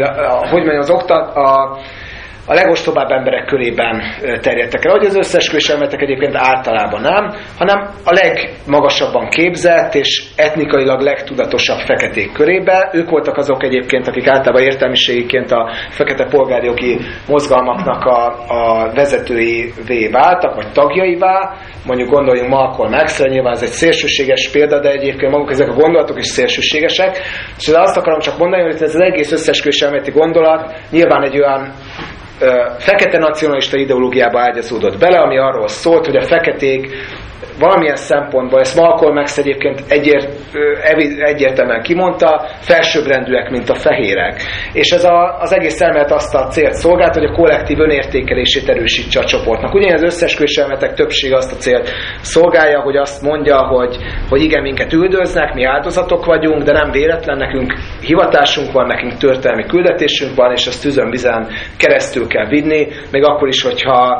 a legostobább emberek körében terjedtek el, hogy az összeesküvés elméletek egyébként általában nem, hanem a legmagasabban képzett és etnikailag legtudatosabb feketék körében. Ők voltak azok egyébként, akik általában értelmiségiként a fekete polgárjogi mozgalmaknak a vezetőivé váltak, vagy tagjaivá. Mondjuk gondoljunk Malcolm X-re, nyilván ez egy szélsőséges példa, de egyébként maguk ezek a gondolatok is szélsőségesek. És azt akarom csak mondani, hogy ez az egész összeesküvés elméleti gondolat nyilván egy olyan fekete nacionalista ideológiába ágyazódott bele, ami arról szólt, hogy a feketék valamilyen szempontból, ezt Malcolm X egyébként egyértelműen kimondta, felsőbbrendűek, mint a fehérek. És ez az egész elmélet azt a célt szolgált, hogy a kollektív önértékelését erősítse a csoportnak. Ugyanis az összeesküvés elméletek többsége azt a célt szolgálja, hogy azt mondja, hogy igen, minket üldöznek, mi áldozatok vagyunk, de nem véletlen, nekünk hivatásunk van, nekünk történelmi küldetésünk van, és azt tűzön-vizen keresztül kell vinni, még akkor is, hogyha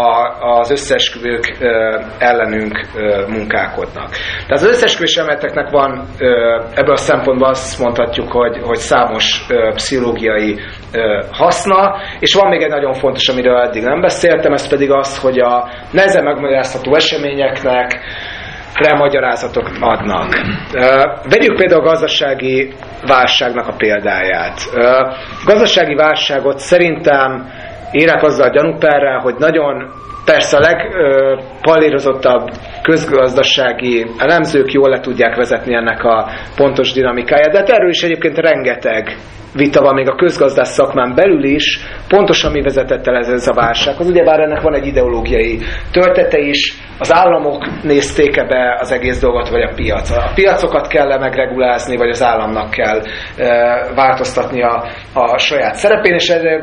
az összeesküvők ellenünk munkálkodnak. Tehát az összeesküvés elméleteknek van ebből a szempontból azt mondhatjuk, hogy számos pszichológiai haszna, és van még egy nagyon fontos, amiről eddig nem beszéltem, ez pedig az, hogy a nehezen megmagyarázható eseményeknek magyarázatot adnak. Vegyük például a gazdasági válságnak a példáját. A gazdasági válságot szerintem érek azzal a gyanúperrel, hogy nagyon persze a legpallérozottabb közgazdasági elemzők jól le tudják vezetni ennek a pontos dinamikáját, de hát erről is egyébként rengeteg vita van még a közgazdász szakmán belül is, pontosan mi vezetett el ez a válsághoz. Ugyebár ennek van egy ideológiai töltete is, az államok nézték be az egész dolgot, vagy a piac. A piacokat kell megregulázni, vagy az államnak kell változtatni a saját szerepén, és erre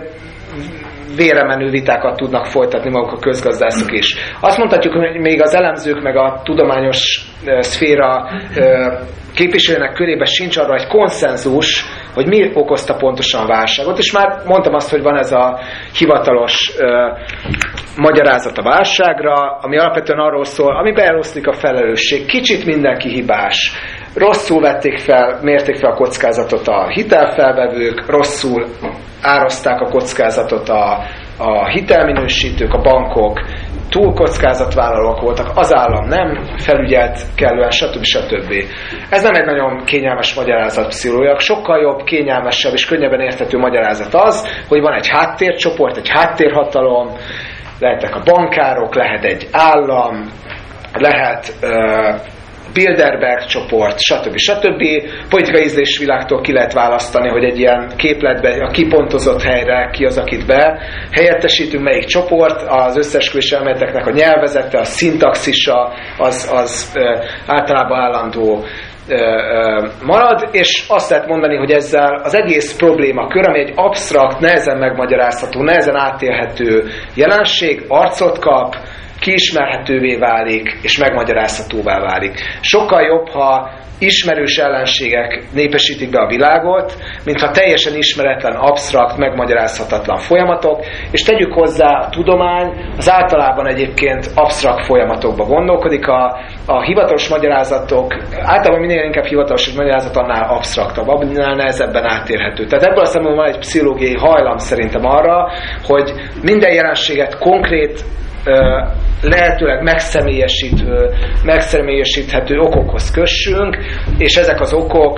véremenő vitákat tudnak folytatni maguk a közgazdászok is. Azt mondhatjuk, hogy még az elemzők meg a tudományos szféra képviselőnek körében sincs arra egy konszenzus, hogy mi okozta pontosan a válságot, és már mondtam azt, hogy van ez a hivatalos magyarázat a válságra, ami alapvetően arról szól, amiben eloszlik a felelősség. Kicsit mindenki hibás. Rosszul mérték fel a kockázatot a hitelfelvevők, rosszul árazták a kockázatot a hitelminősítők, a bankok, túl kockázatvállalók voltak, az állam nem felügyelt kellően, stb. Ez nem egy nagyon kényelmes magyarázat pszichológiailag, sokkal jobb, kényelmesebb és könnyebben érthető magyarázat az, hogy van egy háttércsoport, egy háttérhatalom, lehetnek a bankárok, lehet egy állam, lehet Bilderberg csoport, stb. Politikai ízlésvilágtól ki lehet választani, hogy egy ilyen képletben a kipontozott helyre ki az, akit helyettesítünk, melyik csoport, az összeesküvés elméleteknek a nyelvezete, a szintaxisa, az általában állandó marad, és azt lehet mondani, hogy ezzel az egész problémakör, ami egy absztrakt, nehezen megmagyarázható, nehezen átélhető jelenség, arcot kap, kiismerhetővé válik, és megmagyarázhatóvá válik. Sokkal jobb, ha ismerős ellenségek népesítik be a világot, mintha teljesen ismeretlen, absztrakt, megmagyarázhatatlan folyamatok, és tegyük hozzá, a tudomány az általában egyébként absztrakt folyamatokba gondolkodik, a hivatalos magyarázatok, általában minél inkább hivatalos magyarázat, annál absztraktabb, annál nehezebben átérhető. Tehát ebből a szempontból van egy pszichológiai hajlam szerintem arra, hogy minden jelenséget konkrét, lehetőleg megszemélyesíthető okokhoz kössünk, és ezek az okok,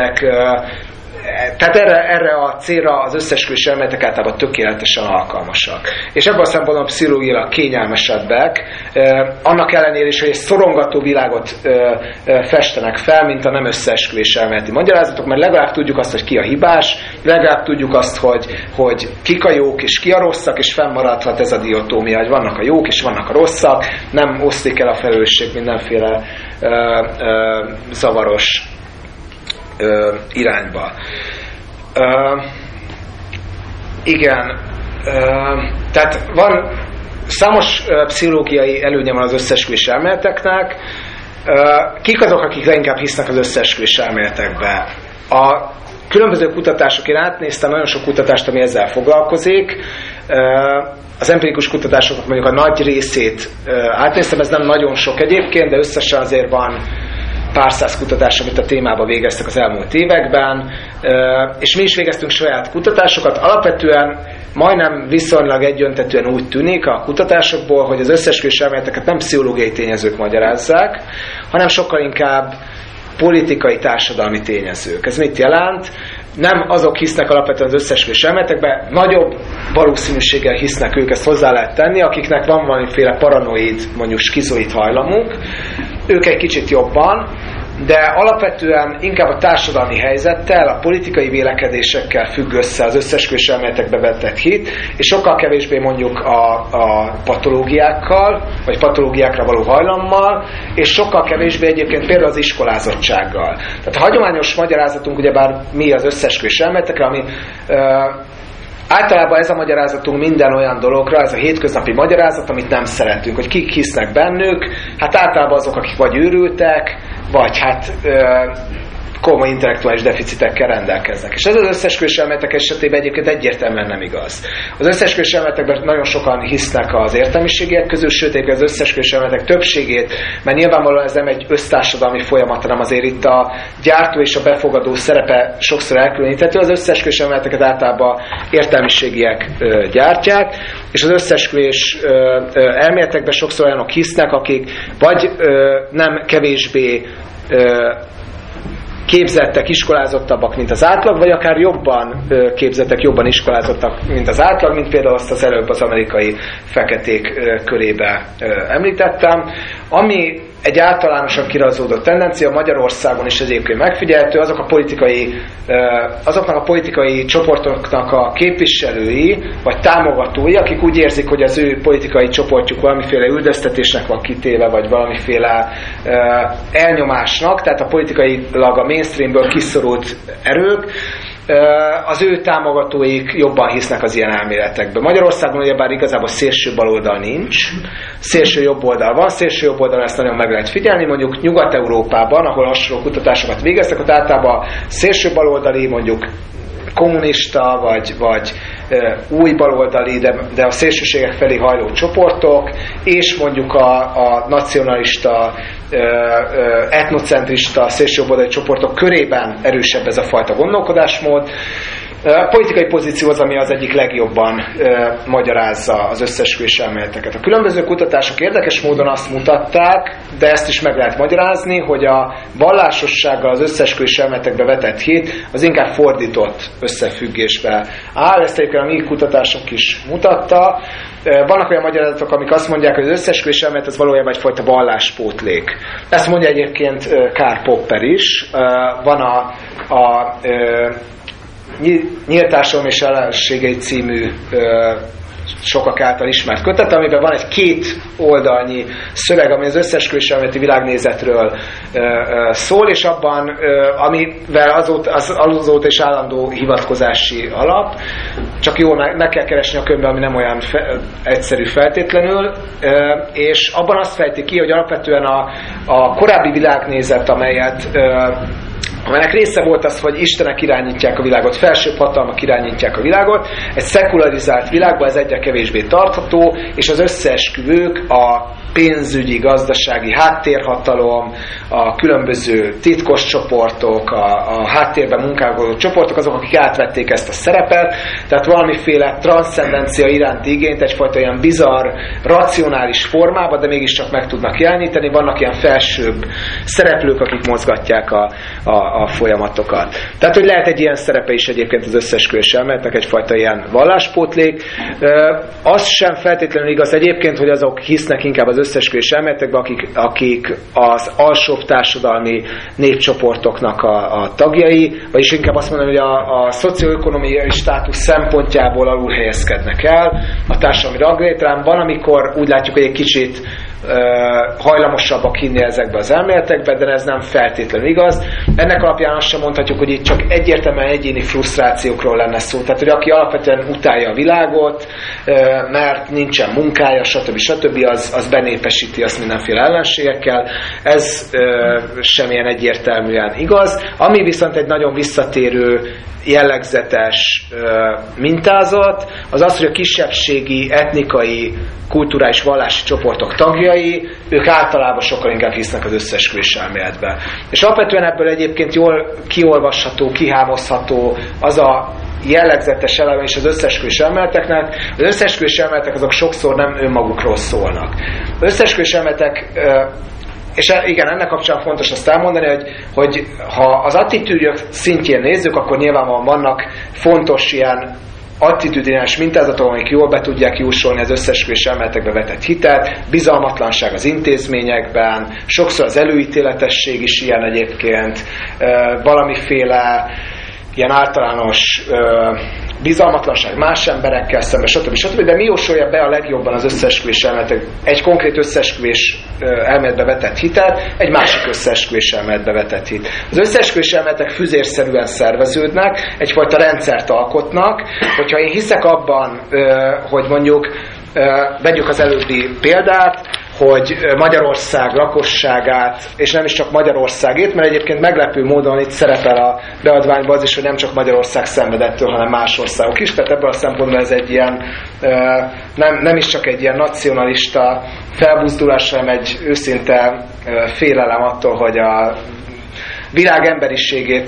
tehát erre a célra az összeesküvés elméletek általában tökéletesen alkalmasak. És ebből a szempontból pszichológiailag kényelmesebbek, annak ellenére is, hogy egy szorongató világot festenek fel, mint a nem összeesküvés elméleti magyarázatok, mert legalább tudjuk azt, hogy ki a hibás, legalább tudjuk azt, hogy kik a jók és ki a rosszak, és fennmaradhat ez a diotómia, hogy vannak a jók és vannak a rosszak, nem oszlik el a felelősség mindenféle zavaros irányba. Igen, tehát van számos pszichológiai előnye van az összeesküvés elméleteknek. Kik azok, akik leginkább hisznek az összeesküvés elméletekbe? A különböző kutatások, én átnéztem nagyon sok kutatást, ami ezzel foglalkozik. Az empirikus kutatásoknak mondjuk a nagy részét átnéztem, ez nem nagyon sok egyébként, de összesen azért van pár száz kutatás, amit a témában végeztek az elmúlt években, és mi is végeztünk saját kutatásokat. Alapvetően majdnem viszonylag egyöntetűen úgy tűnik a kutatásokból, hogy az összeesküvés elméleteket nem pszichológiai tényezők magyarázzák, hanem sokkal inkább politikai, társadalmi tényezők. Ez mit jelent? Nem azok hisznek alapvetően az összeesküvés elméletekben, nagyobb valószínűséggel hisznek ők, ezt hozzá lehet tenni, akiknek van valamiféle paranoid, mondjuk skizoid hajlamuk, ők egy kicsit jobban, de alapvetően inkább a társadalmi helyzettel, a politikai vélekedésekkel függ össze az összeesküvés elméletekbe vetett hit, és sokkal kevésbé mondjuk a patológiákkal, vagy patológiákra való hajlammal, és sokkal kevésbé egyébként például az iskolázottsággal. Tehát a hagyományos magyarázatunk ugyebár mi az összeesküvés elméletekre, ami általában ez a magyarázatunk minden olyan dologra, ez a hétköznapi magyarázat, amit nem szeretünk, hogy kik hisznek bennük, hát általában azok, akik vagy őrültek, vagy hát komoly intellektuális deficitekkel rendelkeznek. És ez az összeesküvés elméletek esetében egyébként egyértelműen nem igaz. Az összeesküvés elméletekben nagyon sokan hisznek az értelmiségiek közül, sőt az összeesküvés elméletek többségét, mert nyilvánvalóan ez nem egy össztársadalmi folyamat, hanem azért itt a gyártó és a befogadó szerepe sokszor elkülöníthető. Az összeesküvés elméleteket általában értelmiségiek gyártják, és az összeesküvés elméletekben sokszor olyanok hisznek, akik vagy nem kevésbé képzettek, iskolázottabbak, mint az átlag, vagy akár jobban képzettek, jobban iskolázottak, mint az átlag, mint például azt az előbb az amerikai feketék körébe említettem. Ami egy általánosan kirajzódott tendencia, Magyarországon is egyébként megfigyelhető, azoknak a politikai csoportoknak a képviselői, vagy támogatói, akik úgy érzik, hogy az ő politikai csoportjuk valamiféle üldöztetésnek van kitéve, vagy valamiféle elnyomásnak, tehát a politikailag a mainstreamből kiszorult erők, az ő támogatóik jobban hisznek az ilyen elméletekbe. Magyarországon ugyebár igazából szélső baloldal nincs, szélső jobb oldal van, szélső jobb oldalon ezt nagyon meg lehet figyelni, mondjuk Nyugat-Európában, ahol hasonló kutatásokat végeztek, ott általában szélső baloldali, mondjuk kommunista, vagy új baloldali, de a szélsőségek felé hajló csoportok, és mondjuk a nacionalista, etnocentrista, szélsőjobboldali csoportok körében erősebb ez a fajta gondolkodásmód. A politikai pozíció az, ami az egyik legjobban magyarázza az összeesküvés elméleteket. A különböző kutatások érdekes módon azt mutatták, de ezt is meg lehet magyarázni, hogy a vallásossággal az összeesküvés elméletekbe vetett hit az inkább fordított összefüggésbe áll. Ezt egyébként a mi kutatásunk is mutatta. Vannak olyan magyarázatok, amik azt mondják, hogy az összeesküvés elmélet az valójában egyfajta valláspótlék. Ezt mondja egyébként Karl Popper is. Van a Nyílt társadalom és ellenségei című sokak által ismert kötet, amiben van egy 2 oldalnyi szöveg, ami az összeesküvés elméleti világnézetről szól, és abban, amivel azóta is állandó hivatkozási alap, csak jól meg kell keresni a könyvben, ami nem olyan egyszerű feltétlenül, és abban azt fejti ki, hogy alapvetően a korábbi világnézet, amelynek része volt az, hogy istenek irányítják a világot, felsőbb hatalmak irányítják a világot, egy szekularizált világban ez egyre kevésbé tartható, és az összeesküvők a pénzügyi, gazdasági háttérhatalom, a különböző titkos csoportok, a háttérben munkálkodó csoportok, azok, akik átvették ezt a szerepet, tehát valamiféle transzcendencia iránti igényt egyfajta ilyen bizarr, racionális formában, de mégiscsak meg tudnak jeleníteni. Vannak ilyen felsőbb szereplők, akik mozgatják a folyamatokat. Tehát, hogy lehet egy ilyen szerepe is egyébként az összeesküvés elméletnek, egyfajta ilyen valláspótlék. Az sem feltétlenül igaz egyébként, hogy azok hisznek inkább az összeesküvés elméletekben, akik az alsóbb társadalmi népcsoportoknak a tagjai, vagyis inkább azt mondom, hogy a szocioökonomiai státusz szempontjából alul helyezkednek el a társadalmi ranglétrán. Van, amikor úgy látjuk, hogy egy kicsit hajlamosabbak hinni ezekbe az elméletekbe, de ez nem feltétlenül igaz. Ennek alapján azt sem mondhatjuk, hogy itt csak egyértelműen egyéni frusztrációkról lenne szó. Tehát, hogy aki alapvetően utálja a világot, mert nincsen munkája, stb. Az benépesíti azt mindenféle ellenségekkel. Ez semmilyen egyértelműen igaz. Ami viszont egy nagyon visszatérő, jellegzetes mintázat, az az, hogy a kisebbségi, etnikai, kulturális, vallási csoportok tagjai, ők általában sokkal inkább hisznek az összeesküvés elméletbe. És alapvetően ebből egyébként jól kiolvasható, kihámozható az a jellegzetes eleme is az összeesküvés elméleteknek. Az összeesküvés elméletek azok sokszor nem önmagukról szólnak. Az összeesküvés elméletek és igen, ennek kapcsán fontos azt elmondani, hogy ha az attitűdök szintjén nézzük, akkor nyilvánvalóan vannak fontos ilyen attitűdinás mintázatok, amik jól be tudják jósolni az összeesküvés elméletekbe vetett hitet, bizalmatlanság az intézményekben, sokszor az előítéletesség is ilyen egyébként, valamiféle ilyen általános bizalmatlanság más emberekkel szemben, stb. De mi jósolja be a legjobban az összeesküvés elméletek, egy konkrét összeesküvés elméletbe vetett hitet, egy másik összeesküvés elméletbe vetett hit. Az összeesküvés elméletek füzérszerűen szerveződnek, egyfajta rendszert alkotnak. Hogyha én hiszek abban, hogy mondjuk vegyük az előbbi példát, hogy Magyarország lakosságát, és nem is csak Magyarországét, mert egyébként meglepő módon itt szerepel a beadványban az is, hogy nem csak Magyarország szenvedettől, hanem más országok is, tehát ebből a szempontból ez egy ilyen, nem is csak egy ilyen nacionalista felbuzdulás, hanem egy őszinte félelem attól, hogy a világ emberiségét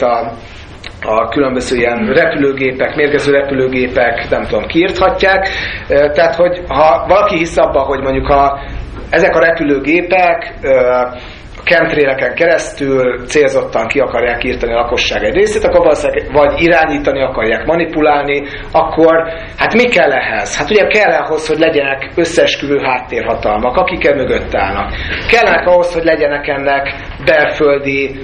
a különböző ilyen repülőgépek, mérgező repülőgépek, nem tudom, kiirthatják. Tehát, hogy ha valaki hisz abba, hogy mondjuk ezek a repülőgépek chemtraileken keresztül célzottan ki akarják írtani a lakosság egy részét, akkor valószínűleg vagy irányítani akarják, manipulálni, akkor hát mi kell ehhez? Hát ugye kell ahhoz, hogy legyenek összeesküvő háttérhatalmak, akik mögött állnak. Kellenek ahhoz, hogy legyenek ennek belföldi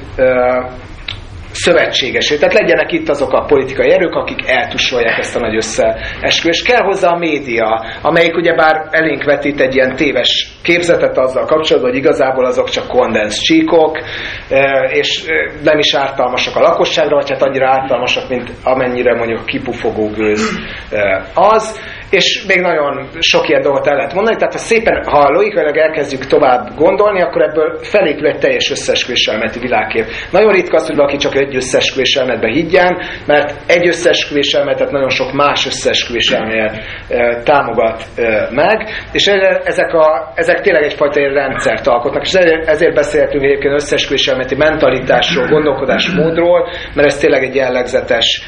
szövetségesé. Tehát legyenek itt azok a politikai erők, akik eltusolják ezt a nagy összeesküvést. Kell hozzá a média, amelyik ugyebár elénk vetít egy ilyen téves képzetet azzal kapcsolatban, hogy igazából azok csak kondensz csíkok, és nem is ártalmasak a lakosságra, vagy hát annyira ártalmasak, mint amennyire mondjuk a kipufogó gőz az. És még nagyon sok ilyen dolgot el lehet mondani, tehát ha logikailag elkezdjük tovább gondolni, akkor ebből felépül egy teljes összeesküvés elméleti világkép. Nagyon ritka az, hogy valaki csak egy összeesküvés elméletbe higgyen, mert egy összeesküvés elméletet nagyon sok más összeesküvés elmélet támogat meg, és ezek tényleg egyfajta rendszert alkotnak, és ezért beszélhetünk egyébként összeesküvés elméleti mentalitásról, gondolkodásmódról, mert ez tényleg egy jellegzetes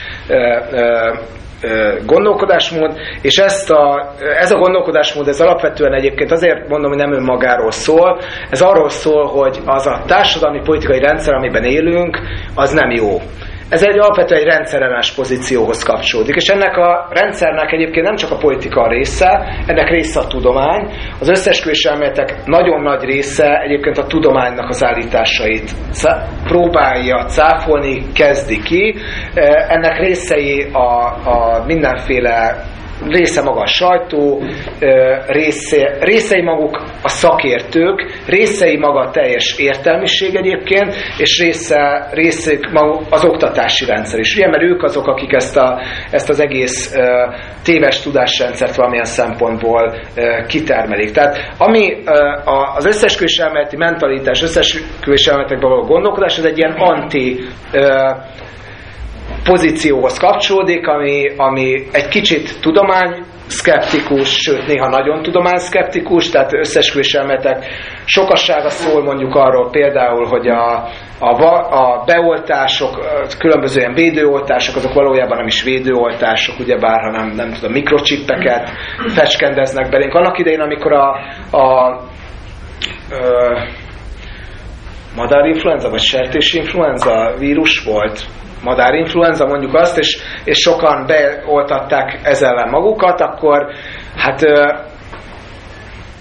gondolkodásmód, és ez a gondolkodásmód, ez alapvetően egyébként azért mondom, hogy nem önmagáról szól, ez arról szól, hogy az a társadalmi politikai rendszer, amiben élünk, az nem jó. Ez alapvetően egy rendszerellenes pozícióhoz kapcsolódik, és ennek a rendszernek egyébként nem csak a politika a része, ennek része a tudomány. Az összeesküvés elméletek nagyon nagy része egyébként a tudománynak az állításait próbálja cáfolni, kezdi ki. Ennek részei a mindenféle része maga a sajtó, részei maguk a szakértők, részei maga a teljes értelmiség egyébként, és részük maguk az oktatási rendszer is. Ugye, mert ők azok, akik ezt az egész téves tudásrendszert valamilyen szempontból kitermelik. Tehát ami az összeesküvés elméleti mentalitás, összeesküvés elméletekben való gondolkodás, ez egy ilyen anti pozícióhoz kapcsolódik, ami egy kicsit tudományszkeptikus, sőt néha nagyon tudományszkeptikus, tehát összeesküvés elméletek sokassága szól mondjuk arról például, hogy a beoltások, különböző ilyen védőoltások, azok valójában nem is védőoltások, ugyebár, hanem nem tudom, mikrocsippeket fecskendeznek belénk. Annak idején, amikor a madárinfluenza vagy sertésinfluenza vírus volt, madárinfluenza mondjuk azt, és sokan beoltatták ez ellen magukat, akkor hát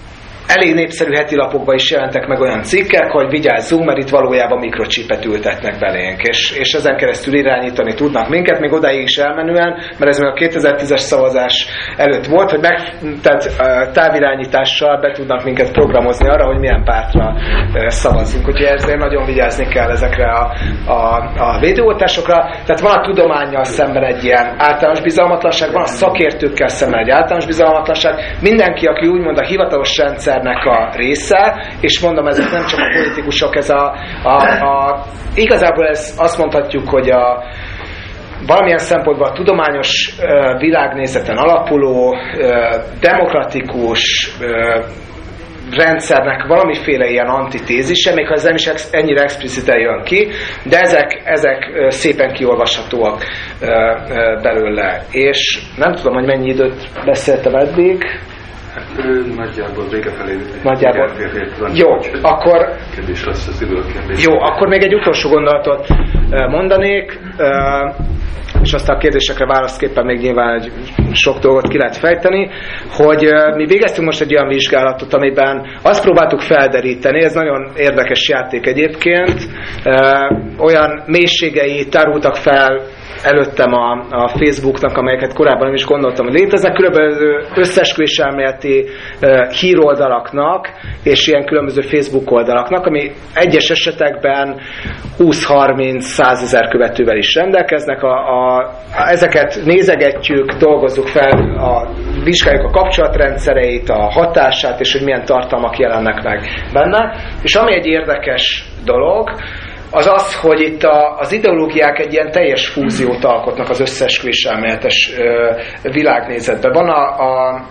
elég népszerű heti lapokban is jelentek meg olyan cikkek, hogy vigyázzunk, mert itt valójában mikrocsipet ültetnek belénk, és ezen keresztül irányítani tudnak minket, még odáig is elmenően, mert ez még a 2010-es szavazás előtt volt, hogy tehát távirányítással be tudnak minket programozni arra, hogy milyen pártra szavazzunk. Úgyhogy ezért nagyon vigyázni kell ezekre a védőoltásokra. Tehát van a tudománnyal szemben egy ilyen általános bizalmatlanság, van a szakértőkkel szemben egy általános bizalmatlanság. Mindenki, aki úgymond a hivatalos rendszernek a része, és mondom, ezek nem csak a politikusok, ez igazából ez azt mondhatjuk, hogy valamilyen szempontból a tudományos világnézeten alapuló, demokratikus rendszernek valamiféle ilyen antitézise, még ha ez nem is ennyire expliciten jön ki, de ezek szépen kiolvashatóak belőle. És nem tudom, hogy mennyi időt beszéltem eddig. Nagyjából vége felé. Nagyjából. Jó, akkor kérdés lesz az időkérdés. Jó, akkor még egy utolsó gondolatot mondanék, és aztán a kérdésekre válaszképpen még nyilván egy sok dolgot ki lehet fejteni, hogy mi végeztünk most egy olyan vizsgálatot, amiben azt próbáltuk felderíteni, ez nagyon érdekes játék egyébként, olyan mélységei tárultak fel előttem a Facebooknak, amelyeket korábban nem is gondoltam, hogy léteznek, különböző összeesküvéselméleti híroldalaknak, és ilyen különböző Facebook oldalaknak, ami egyes esetekben 20-30-100 ezer követővel is rendelkeznek. Ezeket nézegetjük, dolgozzuk fel, vizsgáljuk a kapcsolatrendszereit, a hatását, és hogy milyen tartalmak jelennek meg benne. És ami egy érdekes dolog, az az, hogy itt az ideológiák egy ilyen teljes fúziót alkotnak az összeesküvéselméletes világnézetben. Van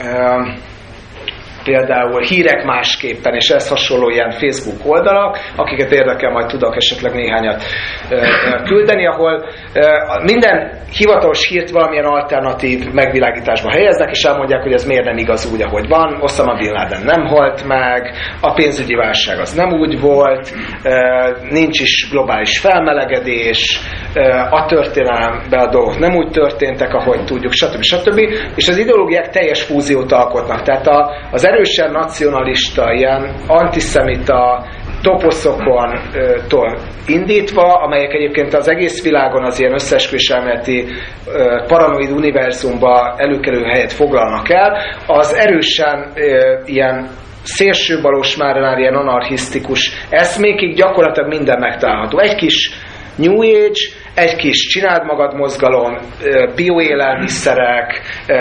például Hírek másképpen, és ehhez hasonló ilyen Facebook oldalak, akiket érdekel, majd tudok esetleg néhányat küldeni, ahol minden hivatalos hírt valamilyen alternatív megvilágításba helyeznek, és elmondják, hogy ez miért nem igaz úgy, ahogy van. Osama Bin Laden nem halt meg, a pénzügyi válság az nem úgy volt, nincs is globális felmelegedés, a történelemben a dolgok nem úgy történtek, ahogy tudjuk, stb. És az ideológiák teljes fúziót alkotnak. Tehát az erősen nacionalista, ilyen antiszemita toposzokontól indítva, amelyek egyébként az egész világon az ilyen összeesküvéselméleti paranoid univerzumba előkelő helyet foglalnak el, az erősen ilyen szélsőbalos, már ilyen anarchisztikus eszmékig gyakorlatilag minden megtalálható. Egy kis New Age, egy kis csináld magad mozgalom, bioélelmiszerek,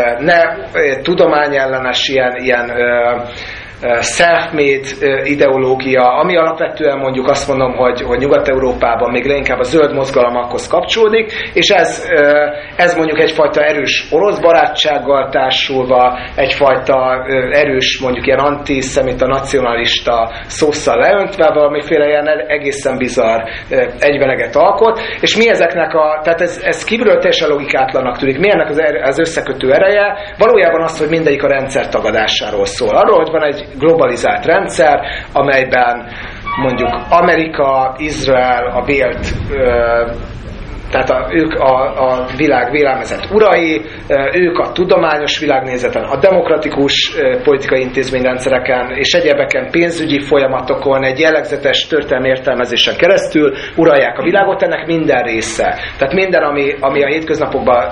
tudományellenes ilyen self-made ideológia, ami alapvetően mondjuk azt mondom, hogy Nyugat-Európában még leginkább a zöld mozgalmakhoz kapcsolódik, és ez mondjuk egyfajta erős orosz barátsággal társulva, egyfajta erős mondjuk ilyen antiszemita, nacionalista szósszal leöntve, valamiféle ilyen egészen bizarr egyveleget alkot, és mi ezeknek tehát ez kívülről teljesen logikátlannak tűnik. Mi ennek az összekötő ereje? Valójában az, hogy mindegyik a rendszer tagadásáról szól. Arról, hogy van egy globalizált rendszer, amelyben mondjuk Amerika, Izrael, a vélt, tehát ők a világ vélelmezett urai, ők a tudományos világnézeten, a demokratikus politikai intézményrendszereken és egyebeken, pénzügyi folyamatokon, egy jellegzetes történelmi értelmezésen keresztül uralják a világot, ennek minden része. Tehát minden, ami a hétköznapokban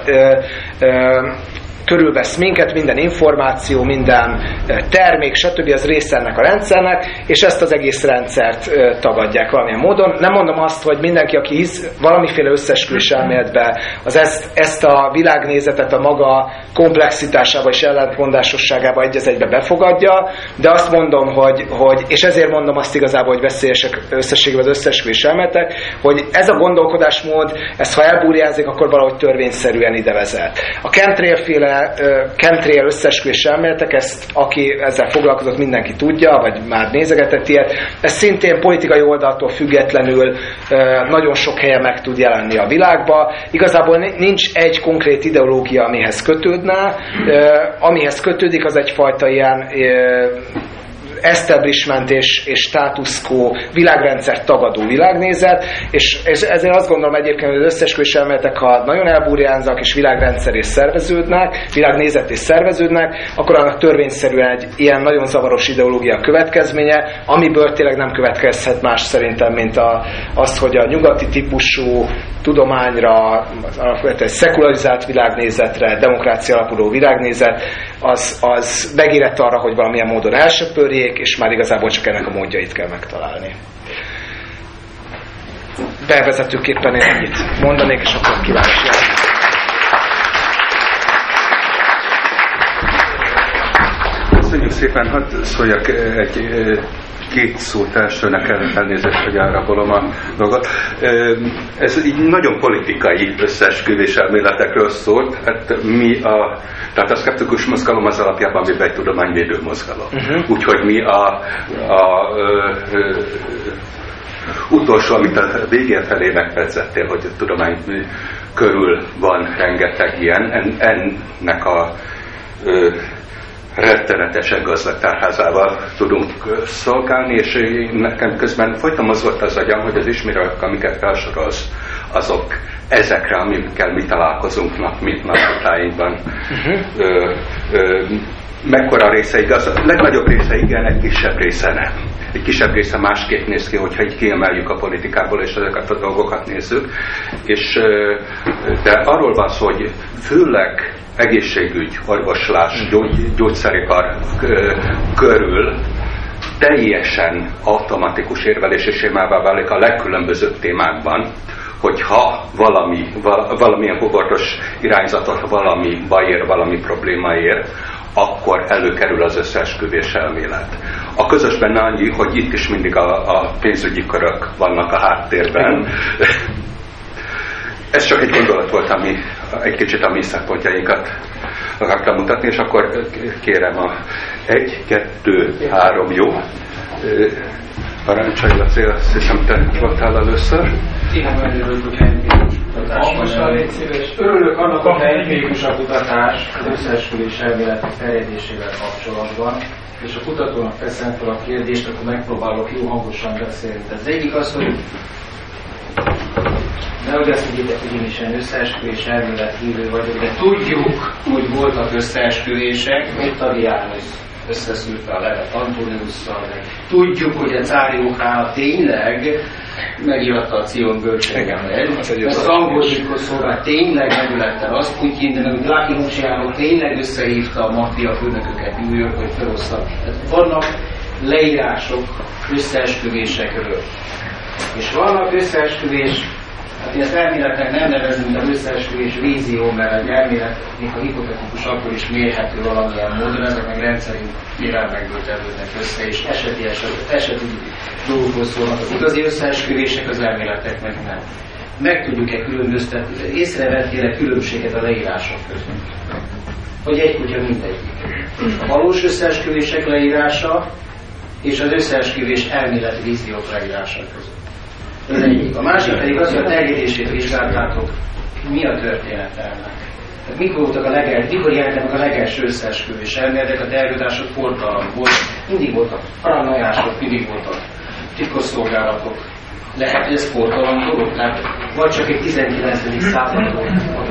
körülvesz minket, minden információ, minden termék, stb. Az része ennek a rendszernek, és ezt az egész rendszert tagadják valamilyen módon. Nem mondom azt, hogy mindenki, aki hisz valamiféle összeesküvés elméletbe, az ezt a világnézetet a maga komplexitásába és ellentmondásosságába egy az egybe befogadja, de azt mondom, hogy és ezért mondom azt igazából, hogy veszélyesek összességében az összeesküvés elméletek, hogy ez a gondolkodásmód, ez ha elbúrjázik, akkor valahogy törvényszerűen ide vezet. A chemtrail összeesküvés elméletek, ezt aki ezzel foglalkozott, mindenki tudja, vagy már nézegetett ilyet, ez szintén politikai oldaltól függetlenül nagyon sok helyen meg tud jelenni a világba. Igazából nincs egy konkrét ideológia, amihez kötődne. Amihez kötődik, az egyfajta ilyen establishment és status quo világrendszer tagadó világnézet, és ezért azt gondolom egyébként, hogy az összeesküvés elméletek, ha nagyon elburjánzak és világrendszer és szerveződnek, világnézet és szerveződnek, akkor annak törvényszerűen egy ilyen nagyon zavaros ideológia következménye, amiből tényleg nem következhet más szerintem, mint az, hogy a nyugati típusú tudományra, egy szekularizált világnézetre, demokrácia alapuló világnézet, az megérett arra, hogy valamilyen módon elsöpörjék, és már igazából csak ennek a módjait kell megtalálni. Bevezetőképpen én ennyit mondanék, és akkor kíváncsi vagyok. Köszönjük szépen, hadd szóljak két szót elsőnek, elnézést, hogy elrabolom a dolgot. Ez így nagyon politikai összeesküvés elméletekről szólt. Hát tehát a szkeptikus mozgalom az alapjában véve egy tudományvédő mozgalom. Úgyhogy mi utolsó, amit a végén felé megpercettél, hogy a tudomány körül van rengeteg ilyen, ennek a rettenetesen gazdag tárházával tudunk szolgálni, és nekem közben folyton mozgott az agyam, hogy az ismerők, amiket felsorolsz, azok ezekre, amikkel mi találkozunk nap, mint napotáinkban. Mekkora része igaz? A legnagyobb része igen, egy kisebb része nem. Egy kisebb része másképp néz ki, hogyha így kiemeljük a politikából, és ezeket a dolgokat nézzük. De arról van szó, hogy főleg egészségügy, orvoslás, gyógyszeripar körül teljesen automatikus érvelési sémává válik a legkülönbözőbb témákban, hogyha valamilyen hubortos irányzatot valami baj ér, valami probléma ér, akkor előkerül az összeesküvés elmélet. A közös benne annyi, hogy itt is mindig a pénzügyi körök vannak a háttérben. Ez csak egy gondolat volt, ami egy kicsit a mi szempontjainkat akartam mutatni, és akkor kérem a 1, 2, 3, jó. Parancsolj, Laci, azt hiszem, te voltál először. Igen, nagyon örülök, hogy örülök annak, hogy empirikus a kutatás az összeesküvés elmélet terjedésével kapcsolatban, és a kutatónak teszem fel a kérdést, akkor megpróbálok jó hangosan beszélni. Az egyik az, hogy nehogy azt higgyétek, hogy én is ilyen összeesküvés elmélet hívő vagyok, de tudjuk, hogy voltak összeesküvések, Ottavi János összeszűrte a levet Antoniusszal, tudjuk, hogy a cári Ukrán tényleg megiratta a Cion bölcsőjével. Az angol szolgálat tényleg megülette azt, Putyin, de meg Lucky Luciano tényleg összehívta a maffia főnököket New York, hogy felosztak. Vannak leírások összeesküvésekről. És vannak összeesküvés, hát én ezt elméletnek nem nevezem, de összeesküvés vízió, mert egy elmélet, még a hipotetikus, akkor is mérhető valamilyen módon, ezek meg rendszerű kérelmekből tevődnek össze, és eseti dolgokból szólnak. Az igazi összeesküvések az elméletek meg nem. Meg tudjuk-e különböztetni, észrevettél különbséget a leírások között? Hogy egy kutya mindegyik. A valós összeesküvések leírása és az összeesküvés elméleti víziók leírása között. Ez egyik. A másik pedig az, hogy a terjedését vizsgáltátok, mi a története ennek. Tehát mikor jelentek meg a legelső összeesküvés elméletek, a terjedések forradalom volt, mindig voltak paranoiások, mindig voltak titkosszolgálatok. Lehet, hogy ez forradalom dolog, tehát vagy csak egy 19. században.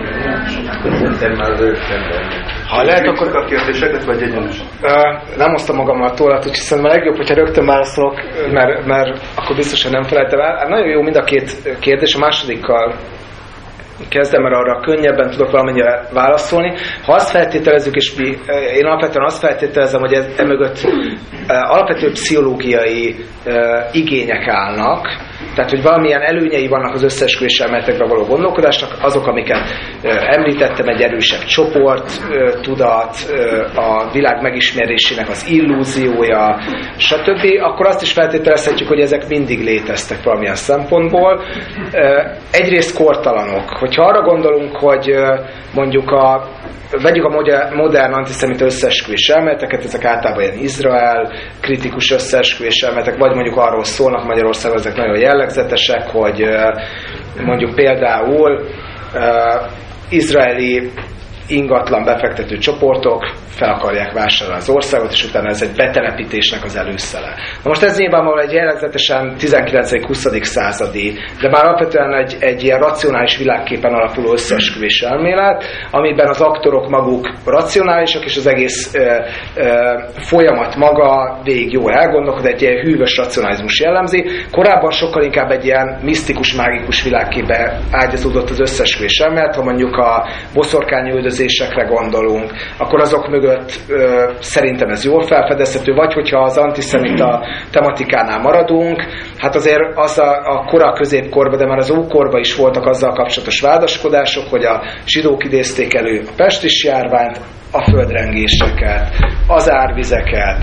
Ha lehet, akkor a kérdéseket, vagy egyenesen? Nem hoztam magammal tollat, úgyhogy szerintem a legjobb, hogyha rögtön válaszolok, mert akkor biztosan nem felejtem el. Nagyon jó mind a két kérdés, a másodikkal kezdem, mert arra könnyebben tudok valamennyire válaszolni. Ha azt feltételezzük, és én alapvetően azt feltételezem, hogy emögött alapvető pszichológiai igények állnak, tehát, hogy valamilyen előnyei vannak az összeesküvés elméletekre való gondolkodásnak, azok, amiket említettem, egy erősebb csoport, tudat, a világ megismerésének az illúziója, stb., akkor azt is feltételezhetjük, hogy ezek mindig léteztek valamilyen szempontból. Egyrészt kortalanok. Hogyha arra gondolunk, hogy mondjuk vegyük a modern antiszemita összeesküvés elméleteket, ezek általában ilyen Izrael kritikus összeesküvés elméletek, vagy mondjuk arról szólnak Magyarországon, ezek nagyon jellegzetesek, hogy mondjuk például izraeli ingatlan befektető csoportok fel akarják vásárolni az országot, és utána ez egy betelepítésnek az előszele. Na most ez nyilvánvalóan egy jellegzetesen 19.-20. századi, de már alapvetően egy ilyen racionális világképen alapuló összeesküvés elmélet, amiben az aktorok maguk racionálisak, és az egész folyamat maga végig jól elgondolkod, egy ilyen hűvös racionalizmus jellemzi. Korábban sokkal inkább egy ilyen misztikus, mágikus világképe ágyazódott az összeesküvés elmélet. Ha mondjuk a boszorkányüldözésekre gondolunk, akkor azok mögött szerintem ez jól felfedezhető, vagy hogyha az antiszemita tematikánál maradunk, hát azért az a kora középkorban, de már az ókorban is voltak azzal kapcsolatos vádaskodások, hogy a zsidók idézték elő a pestis járványt, a földrengéseket, az árvizeket,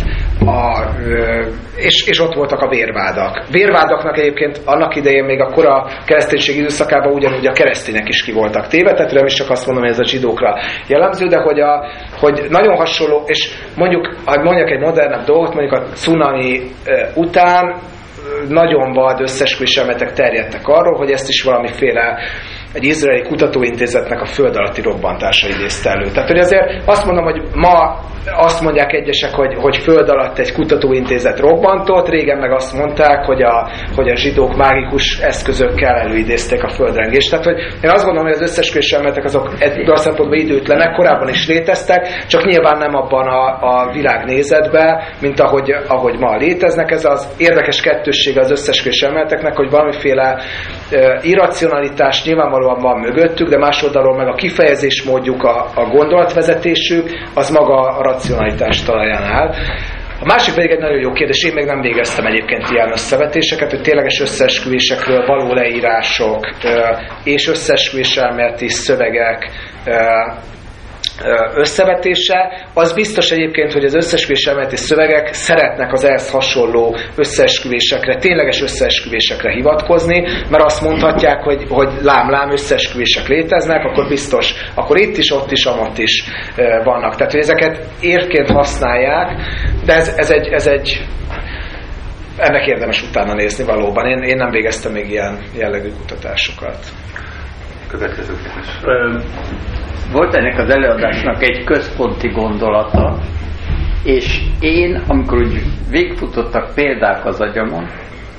és ott voltak a vérvádak. Vérvádaknak egyébként annak idején még a kora kereszténység időszakában ugyanúgy a keresztények is ki voltak téve, tehát nem is csak azt mondom, hogy ez a zsidókra jellemző, de hogy nagyon hasonló, és mondjak egy modernebb dolgot, mondjuk a cunami után nagyon vad összeesküvés elméletek terjedtek arról, hogy ezt is valamiféle egy izraeli kutatóintézetnek a föld alatti robbantása idézte elő. Tehát, hogy azért azt mondom, hogy ma azt mondják egyesek, hogy föld alatt egy kutatóintézet robbantott, régen meg azt mondták, hogy a zsidók mágikus eszközökkel előidézték a földrengést. Tehát, hogy én azt gondolom, hogy az összeesküvés elméletek azok ebből a szempontból időtlenek, korábban is léteztek, csak nyilván nem abban a világnézetben, mint ahogy ma léteznek. Ez az érdekes kettőssége az összeesküvés elméleteknek, hogy valamiféle irracionalitás nyilvánvalóan van mögöttük, de más oldalról meg a kifejezésmódjuk, a gondolatvezetésük, az maga a racionalitás talaján áll. A másik pedig egy nagyon jó kérdés, én még nem végeztem egyébként ilyen összevetéseket, hogy tényleges összeesküvésekről való leírások és összeesküvés elméleti szövegek összevetése, az biztos egyébként, hogy az összeesküvés elméleti szövegek szeretnek az ehhez hasonló összeesküvésekre, tényleges összeesküvésekre hivatkozni, mert azt mondhatják, hogy lám összeesküvések léteznek, akkor biztos, akkor itt is, ott is, amott is vannak. Tehát, hogy ezeket érvként használják, de ez egy ennek érdemes utána nézni valóban. Én nem végeztem még ilyen jellegű kutatásokat. Következő kérdés. Volt ennek az előadásnak egy központi gondolata, és én, amikor úgy végfutottak példák az agyamon,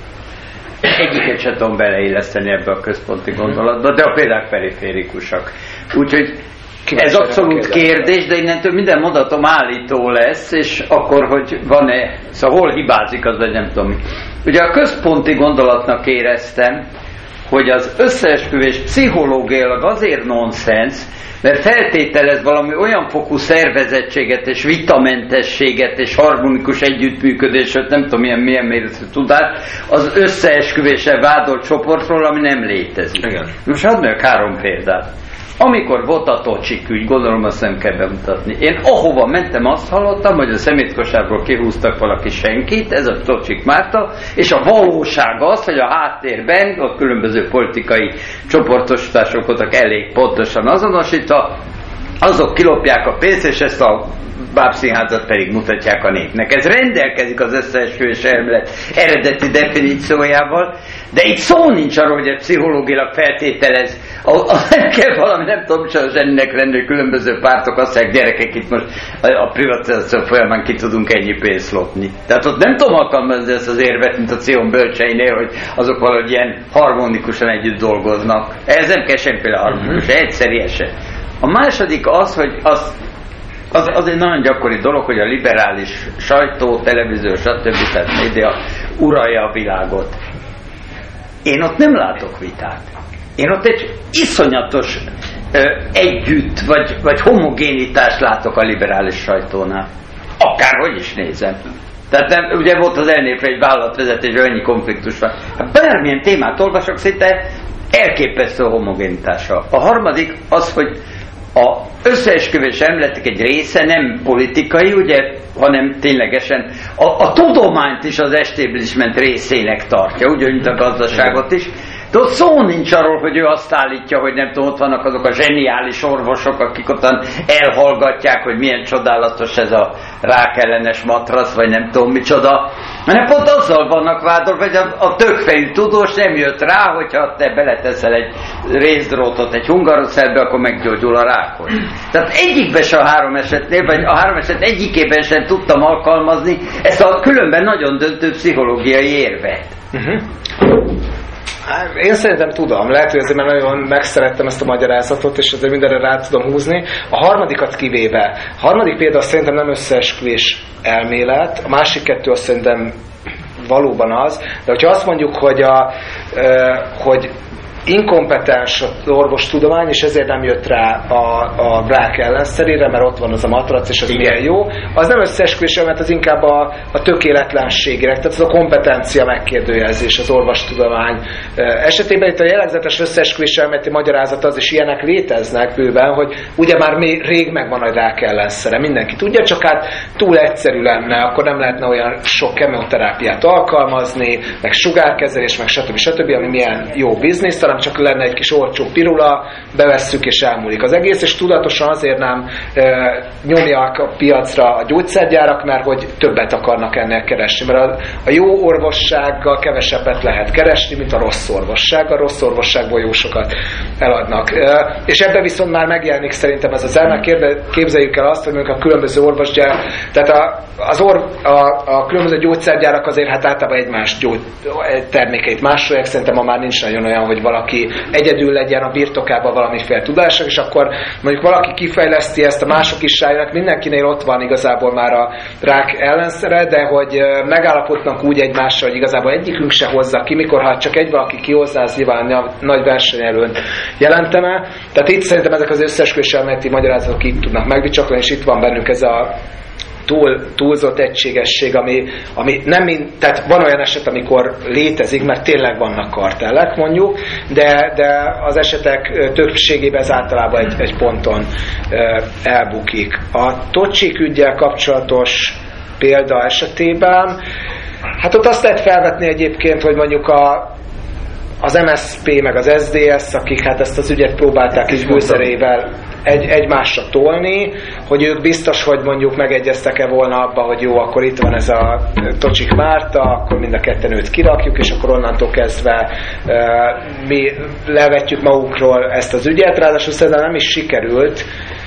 egyiket sem tudom beleilleszteni ebbe a központi gondolatba, de a példák periférikusak. Úgyhogy ez abszolút kérdés, de innentől minden mondatom állító lesz, és akkor, hogy van-e, szóval hol hibázik az, vagy nem tudom. Ugye a központi gondolatnak éreztem, hogy az összeesküvés pszichológiailag azért nonsens, mert feltételez valami olyan fokú szervezettséget és vitamentességet és harmonikus együttműködéset, nem tudom milyen méretű tudást, az összeesküvéssel vádolt csoportról, ami nem létezik. Igen. Most hadd mondjak 3 példát. Amikor volt a Tocsik ügy, gondolom azt nem kell bemutatni. Én ahova mentem, azt hallottam, hogy a szemétkosárból kihúztak valaki senkit, ez a Tocsik Márta, és a valóság az, hogy a háttérben a különböző politikai csoportosítások voltak elég pontosan azonosítva, azok kilopják a pénzt, és ezt a bábszínházat pedig mutatják a népnek. Ez rendelkezik az összeesküvés elmélet eredeti definíciójával, de itt szó nincs arról, hogy egy pszichológiailag feltételez. Nem kell valami, nem tudom, hogy ennek lenni, különböző pártok azt mondják, gyerekek, itt most a privatizáció folyamán ki tudunk ennyi pénzt lopni. Tehát ott nem tudom alkalmazni ezt az érvet, mint a Cion bölcseinél, hogy azok valahogy ilyen harmonikusan együtt dolgoznak. Ez nem kell semmiféle harmonikus, egyszerűen. A második az, hogy az egy nagyon gyakori dolog, hogy a liberális sajtó, televízió, stb. Tehát média uralja a világot. Én ott nem látok vitát. Én ott egy iszonyatos együtt, vagy homogénitást látok a liberális sajtónál. Akárhogy is nézem. Tehát nem, ugye volt az elnépre egy vállalatvezetésben ennyi konfliktus van. Hát bármilyen témát olvasok, szinte elképesztő homogénitása. A harmadik az, hogy a összeesküvés elméletek egy része nem politikai, ugye, hanem ténylegesen a tudományt is az establishment részének tartja, úgy, mint a gazdaságot is. De ott szó nincs arról, hogy ő azt állítja, hogy nem tudom, ott vannak azok a zseniális orvosok, akik ottan elhallgatják, hogy milyen csodálatos ez a rákellenes matrac, vagy nem tudom micsoda. Mert pont azzal vannak vádolva, hogy a többfejű tudós nem jött rá, hogyha te beleteszel egy részdrótot egy hungaroszerbe, akkor meggyógyul a rákod. Tehát egyikben se a 3 esetnél, vagy a 3 eset egyikében sem tudtam alkalmazni ezt a különben nagyon döntő pszichológiai érvet. Én szerintem tudom, lehet, hogy ezért már nagyon megszerettem ezt a magyarázatot, és azért mindenre rá tudom húzni. A harmadikat kivéve. A harmadik példa szerintem nem összeesküvés elmélet, a másik kettő azt szerintem valóban az, de hogyha azt mondjuk, hogy inkompetens az orvostudomány, és ezért nem jött rá a rák ellenszerére, mert ott van az a matrac, és az milyen jó. Az nem összeesküvés, mert az inkább a tökéletlenségére, tehát az a kompetencia megkérdőjelzés az orvostudomány esetében. Itt a jellegzetes összeesküvés elméleti magyarázat az, és ilyenek léteznek bőven, hogy ugye már rég megvan a rák ellenszere. Mindenki tudja, csak hát túl egyszerű lenne, akkor nem lehetne olyan sok kemoterápiát alkalmazni, meg sugárkezelés, meg stb., ami milyen jó biznisz, hanem csak lenne egy kis olcsó pirula, bevesszük és elmúlik az egész, és tudatosan azért nem nyomják a piacra a gyógyszergyárak, mert hogy többet akarnak ennél keresni. Mert a jó orvossággal kevesebbet lehet keresni, mint a rossz orvossággal. A rossz orvosságból jó sokat eladnak. És ebben viszont már megjelenik szerintem ez az elme. Képzeljük el azt, hogy mondjuk a különböző orvosgyár, tehát a különböző gyógyszergyárak azért hát általában egymás termékeit másolják. Szerintem ma már nincs nagyon olyan, hogy valaki egyedül legyen a birtokában valamiféle tudások, és akkor mondjuk valaki kifejleszti ezt, a mások is rájönnek, mindenkinél ott van igazából már a rák ellenszere, de hogy megállapodnak úgy egymással, hogy igazából egyikünk se hozza ki, mikor ha csak egy valaki kihozza, az nyilván nagy versenyelőnyt jelentene. Tehát itt szerintem ezek az összeesküvés elméleti magyarázatok itt tudnak megbicsaklani, és itt van bennünk ez a túlzott egységesség, ami nem tehát van olyan eset, amikor létezik, mert tényleg vannak kartellek mondjuk, de az esetek többségében ez általában egy ponton elbukik. A Tocsik üggyel kapcsolatos példa esetében, hát ott azt lehet felvetni egyébként, hogy mondjuk az MSZP meg az SZDSZ, akik hát ezt az ügyet próbálták is bőszerével egymásra tolni, hogy ők biztos, hogy mondjuk megegyeztek-e volna abba, hogy jó, akkor itt van ez a Tocsik Márta, akkor mind a ketten őt kirakjuk, és akkor onnantól kezdve mi levetjük magukról ezt az ügyet, ráadásul szerintem nem is sikerült.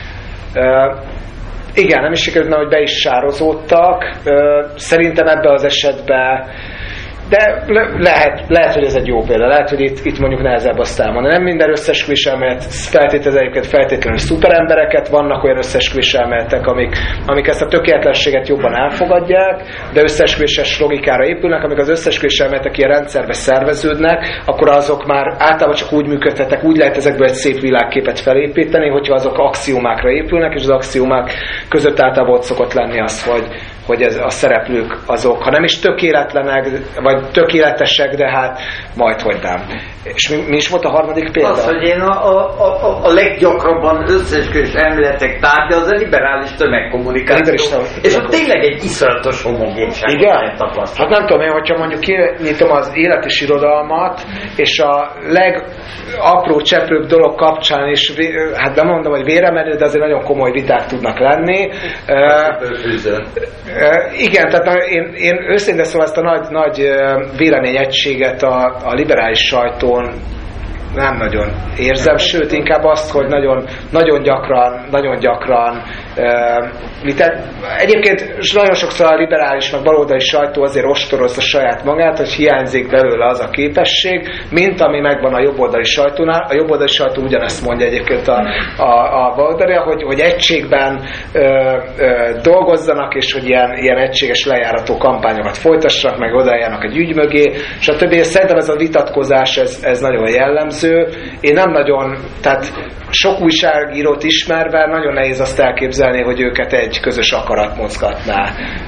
Igen, nem is sikerült, mert hogy be is sározódtak. Szerintem ebben az esetben de lehet, hogy ez egy jó példa. Lehet, hogy itt mondjuk nehezebb azt elmondani. Nem minden összeesküvés elmélet feltétlenül szuperembereket, vannak olyan összeesküvés elméletek, amik ezt a tökéletlenséget jobban elfogadják, de összeesküvéses logikára épülnek. Amik az összeesküvés elméletek ilyen rendszerbe szerveződnek, akkor azok már általában csak úgy működhetnek, úgy lehet ezekből egy szép világképet felépíteni, hogyha azok axiomákra épülnek, és az axiomák között általában ott szokott lenni az, hogy ez a szereplők azok, ha nem is tökéletlenek, vagy tökéletesek, de hát majdhogy nem. És mi is volt a harmadik példa? Az, hogy én a leggyakrabban összeesküvés elméletek tárgya az a liberális tömegkommunikáció. És ott tényleg egy iszonyatos homogénságot lehet tapasztalni. Hát nem tudom én, hogyha mondjuk kinyitom az élet és irodalmat, és a legapró cseprőbb dolog kapcsán is, hát nem mondom, hogy véremenő, de azért nagyon komoly viták tudnak lenni. Igen, tehát én őszintén szóval ezt a nagy véleményegységet a liberális sajtón nem nagyon érzem, sőt inkább azt, hogy nagyon gyakran egyébként nagyon sokszor a liberális meg baloldali sajtó azért ostorozza saját magát, hogy hiányzik belőle az a képesség, mint ami megvan a jobboldali sajtónál. A jobboldali sajtó ugyanezt mondja egyébként a baloldalia, hogy egységben dolgozzanak, és hogy ilyen egységes lejárató kampányokat folytassanak, meg odaálljanak egy ügy mögé, stb. Szerintem ez a vitatkozás, ez nagyon jellemző. Én nem nagyon, tehát sok újságírót ismerve nagyon nehéz azt elképzelni, hogy őket egy közös akarat mozgatná.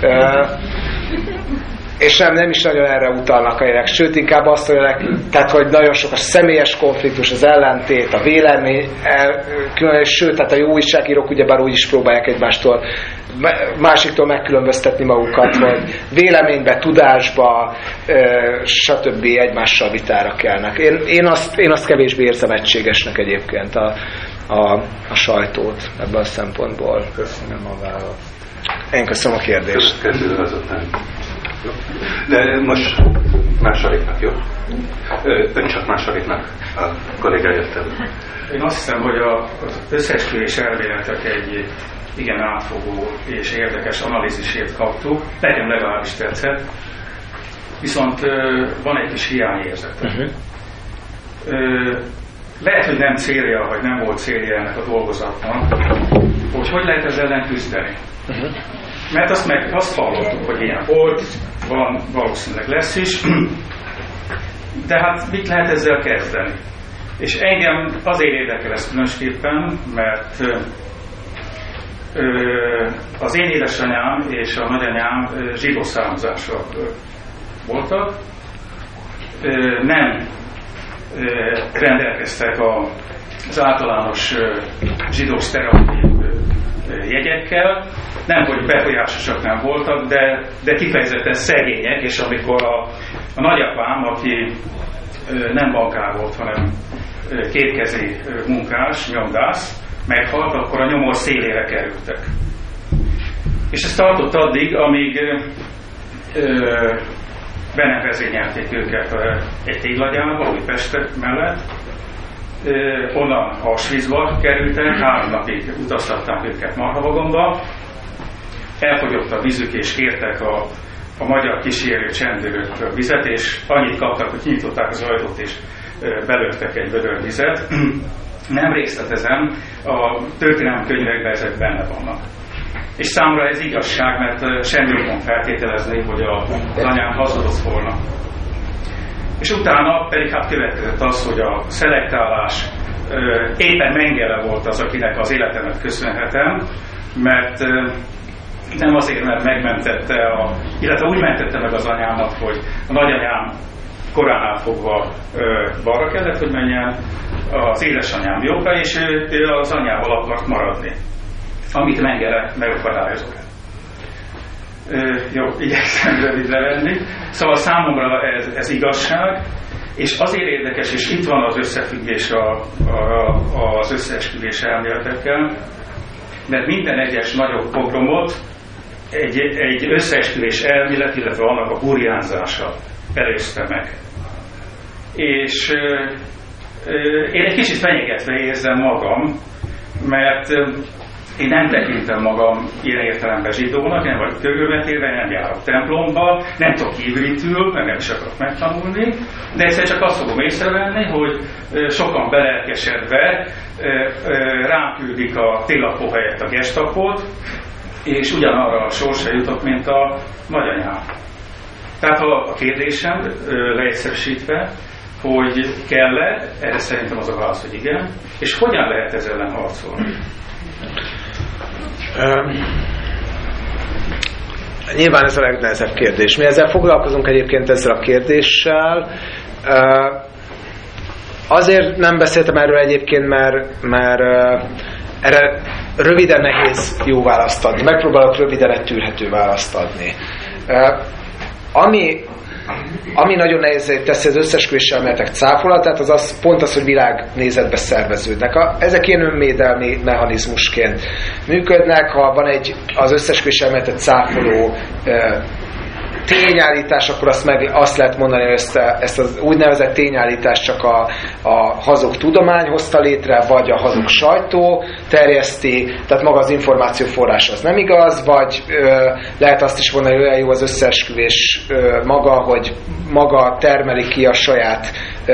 És nem is nagyon erre utalnak a jelek, sőt inkább azt, hogy nagyon sok a személyes konfliktus, az ellentét, a vélemény, sőt, tehát a jó újságírók ugyebár úgy is próbálják másiktól megkülönböztetni magukat, hogy véleménybe, tudásba, stb. Egymással vitára kelnek. Én azt kevésbé érzem egységesnek egyébként a sajtót ebből a szempontból. Köszönöm a választ. Én köszönöm a kérdést. De most másodiknak, jó? Ön csak másodiknak, a kolléga jött el. Én azt hiszem, hogy az összeesküvés elméletek egy igen átfogó és érdekes analízisét kaptuk. Nekem legalábbis tetszett. Viszont van egy kis hiányérzete. Lehet, hogy nem célja, vagy nem volt célja ennek a dolgozatnak, hogy lehet ezzel ellen küzdeni. Mert azt hallottuk, hogy ilyen volt, van, valószínűleg lesz is, de hát mit lehet ezzel kezdeni? És engem azért érdekel ez különösképpen, mert az én édesanyám és a nagyanyám zsidó származásúak voltak, nem rendelkeztek az általános zsidó sztereotíp jegyekkel, nem hogy befolyásosak nem voltak, de kifejezetten szegények, és amikor a nagyapám, aki nem bankár volt, hanem kétkezi munkás, nyomdász, meghalt, akkor a nyomor szélére kerültek. És ez tartott addig, amíg be nem vezényelték őket egy téglagyárba, Újpest mellett. Onnan Auschwitzba kerültek, 3 napig utaztatták őket marhavagonba. Elfogyott a vízük, és kértek a magyar kísérő csendőröktől vizet, és annyit kaptak, hogy nyitották az ajtót, és belőttek egy vödör vizet. Nem részletezem, a történelmi könyvekben ezek benne vannak. És számomra ez igazság, mert semmi okon feltételezni, hogy az anyám hazudott volna. És utána pedig hát következett az, hogy a szelektálás éppen Mengele volt az, akinek az életemet köszönhetem, mert nem azért, mert megmentette, illetve úgy mentette meg az anyámat, hogy a nagyanyám koránál fogva balra kellett, hogy menjen, az édesanyám jobbra, és ő az anyával akart maradni, amit Mengele megakadályozott. Jó, igyekszem rövidre venni. Szóval számomra ez igazság, és azért érdekes, és itt van az összefüggés az összeesküvés elméletekkel, mert minden egyes nagyobb pogromot egy összeesküvés elmélet, illetve annak a burjánzása előzte meg. És én egy kicsit fenyegetve érzem magam, mert én nem tekintem magam ilyen értelemben zsidónak, nem vagyok körülmetélve, nem járok templomba, nem tudok hibritül, mert nem is akarok megtanulni, de egyszer csak azt fogom észrevenni, hogy sokan belelkesedve rám küldik a télapó helyett a gestapót, és ugyanarra a sorsa jutok, mint a nagyanyám. Tehát a kérdésem leegyszerűsítve, hogy kell-e, erre szerintem az a válasz, hogy igen, és hogyan lehet ezzel ellen harcolni? Nyilván ez a legnehezebb kérdés. Mi ezzel foglalkozunk egyébként ezzel a kérdéssel. Azért nem beszéltem erről egyébként, mert erre röviden nehéz jó választ adni. Megpróbálok röviden egy tűrhető választ adni. Ami nagyon nehéz teszi az összeesküvés elméletek cáfolatát, az pont az, hogy világnézetbe szerveződnek. Ezek ilyen önvédelmi mechanizmusként működnek, ha van az összeesküvés elméletet cáfoló tényállítás, akkor azt lehet mondani, hogy ezt az úgynevezett tényállítást csak a hazug tudomány hozta létre, vagy a hazug sajtó terjeszti, tehát maga az információforrás az nem igaz, vagy lehet azt is mondani, hogy olyan jó az összeesküvés maga, hogy maga termeli ki a saját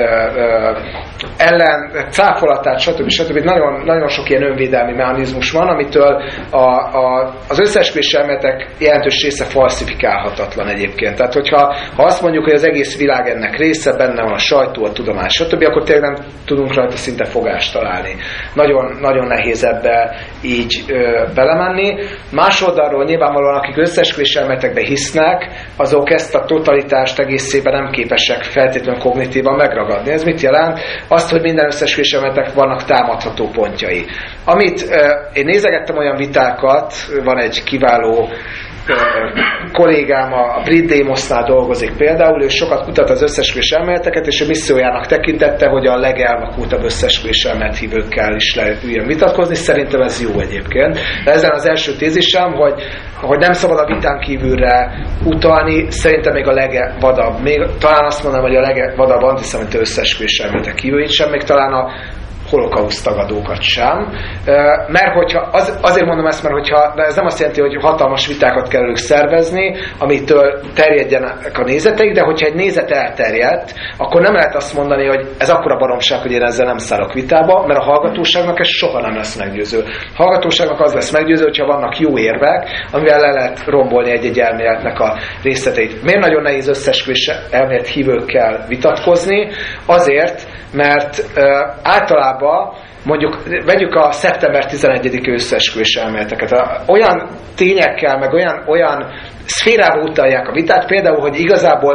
ellen cáfolatát, stb. Nagyon, nagyon sok ilyen önvédelmi mechanizmus van, amitől az összeesküvés elméletek jelentős része falsifikálhatatlan egyébként. Tehát, hogyha azt mondjuk, hogy az egész világ ennek része, benne van a sajtó, a tudomány, stb., akkor tényleg nem tudunk rajta szinte fogást találni. Nagyon, nagyon nehéz ebbe így belemenni. Más oldalról nyilvánvalóan, akik összeesküvés elméletekbe hisznek, azok ezt a totalitást egészében nem képesek feltétlenül kognitívan megragadni. Ez mit jelent? Azt, hogy minden összeesküvés elméletek vannak támadható pontjai. Amit én nézegettem olyan vitákat, van egy kiváló kollégám a Brit Demosnál dolgozik például, ő sokat kutat az összeesküvés elméleteket, és a missziójának tekintette, hogy a legelvakultabb összeesküvés elmélet hívőkkel is leüljön vitatkozni. Szerintem ez jó egyébként. De ezen az első tézisem, hogy nem szabad a vitán kívülre utalni, szerintem még a legvadabb, még talán azt mondom, hogy a legvadabb antiszemita összeesküvés elméletek hívőit sem, még talán a holokauszt tagadókat sem. Mert hogyha, azért mondom ezt, mert hogyha, de ez nem azt jelenti, hogy hatalmas vitákat kell ők szervezni, amitől terjedjenek a nézeteik, de hogyha egy nézet elterjedt, akkor nem lehet azt mondani, hogy ez akkora baromság, hogy én ezzel nem szállok vitába, mert a hallgatóságnak ez soha nem lesz meggyőző. A hallgatóságnak az lesz meggyőző, hogyha vannak jó érvek, amivel le lehet rombolni egy-egy elméletnek a részleteit. Miért nagyon nehéz összeesküvés elmélet hívőkkel vitatkozni? Azért, mert általában mondjuk vegyük a szeptember 11-i összeesküvés elméleteket. Olyan tényekkel, meg olyan szférába utalják a vitát, például, hogy igazából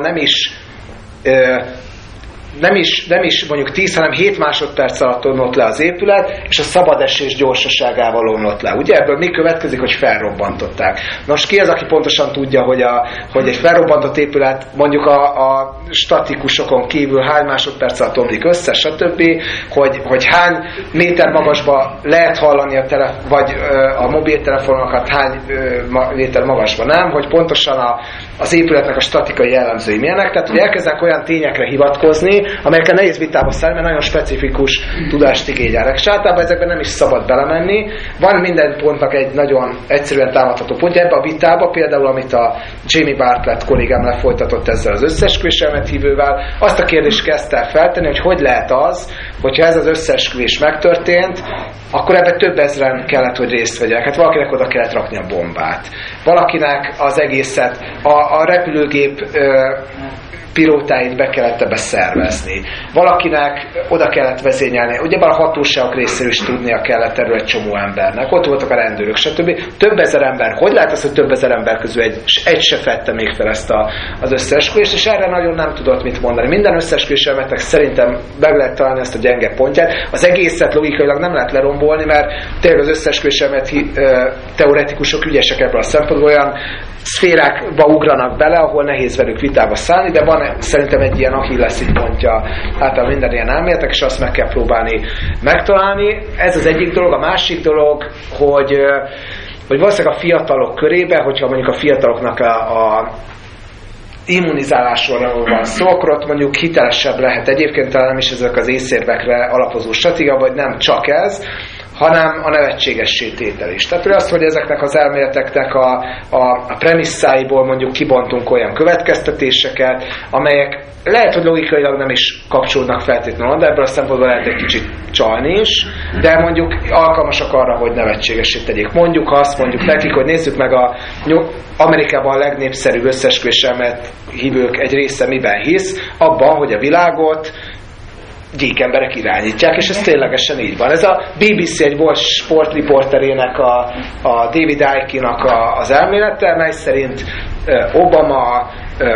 nem is mondjuk 10, hanem 7 másodperc alatt omlott le az épület, és a szabadesés gyorsaságával omlott le. Ugye ebből mi következik, hogy felrobbantották. Most ki az, aki pontosan tudja, hogy egy felrobbantott épület mondjuk a statikusokon kívül hány másodperc alatt omlik össze, stb., hogy hány méter magasba lehet hallani vagy a mobiltelefonokat hány méter magasba nem, hogy pontosan az épületnek a statikai jellemzői milyenek, tehát hogy elkezdenek olyan tényekre hivatkozni, amelyekkel nehéz vitába szállni, mert nagyon specifikus tudást igényelnek. És általában ezekben nem is szabad belemenni. Van minden pontnak egy nagyon egyszerűen támadható pontja. Ebbe a vitába például, amit a Jamie Bartlett kollégám lefolytatott ezzel az összeesküvés elmélet-hívővel, azt a kérdést kezdte el feltenni, hogy lehet az, hogyha ez az összeesküvés megtörtént, akkor ebben több ezren kellett, hogy részt vegyenek. Hát valakinek oda kellett rakni a bombát. Valakinek az egészet, a repülőgép pilótáit be kellett ebbe szervezni. Valakinek oda kellett vezényelni. Ugyebár a hatóságok részéről is tudnia kellett erről egy csomó embernek. Ott voltak a rendőrök, stb. Több ezer ember. Hogy lehet az, hogy több ezer ember közül egy se fedte még fel ezt az összeesküvést, és erre nagyon nem tudott mit mondani. Minden összeesküvés elméletnek szerintem meg lehet találni ezt a gyenge pontját. Az egészet logikailag nem lehet lerombolni, mert tényleg az összeesküvés elmélet teoretikusok ügyesek ebből a szempontból, olyan szférákba ugranak bele, ahol nehéz velük vitába szállni, de van szerintem egy ilyen Achilleszi pontja általában minden ilyen elméletek, és azt meg kell próbálni megtalálni. Ez az egyik dolog. A másik dolog, hogy valószínűleg a fiatalok körében, hogyha mondjuk a fiataloknak a immunizálásról van szó, akkor ott mondjuk hitelesebb lehet egyébként, talán nem is ezek az észérvekre alapozó stratégia, vagy nem csak ez, hanem a nevetségessé tétel is. Tehát az, hogy ezeknek az elméleteknek a premisszáiból mondjuk kibontunk olyan következtetéseket, amelyek lehet, hogy logikailag nem is kapcsolódnak feltétlenül, de ebből a szempontból lehet egy kicsit csalni is, de mondjuk alkalmasak arra, hogy nevetségessé tegyék. Mondjuk, ha azt mondjuk nekik, hogy nézzük meg Amerikában a legnépszerűbb összeesküvés elmélet hívők egy része miben hisz, abban, hogy a világot gyík emberek irányítják, és ez ténylegesen így van. Ez a BBC egy volt sportriporterének, a David Icke-nak az elmélete, mely szerint Obama,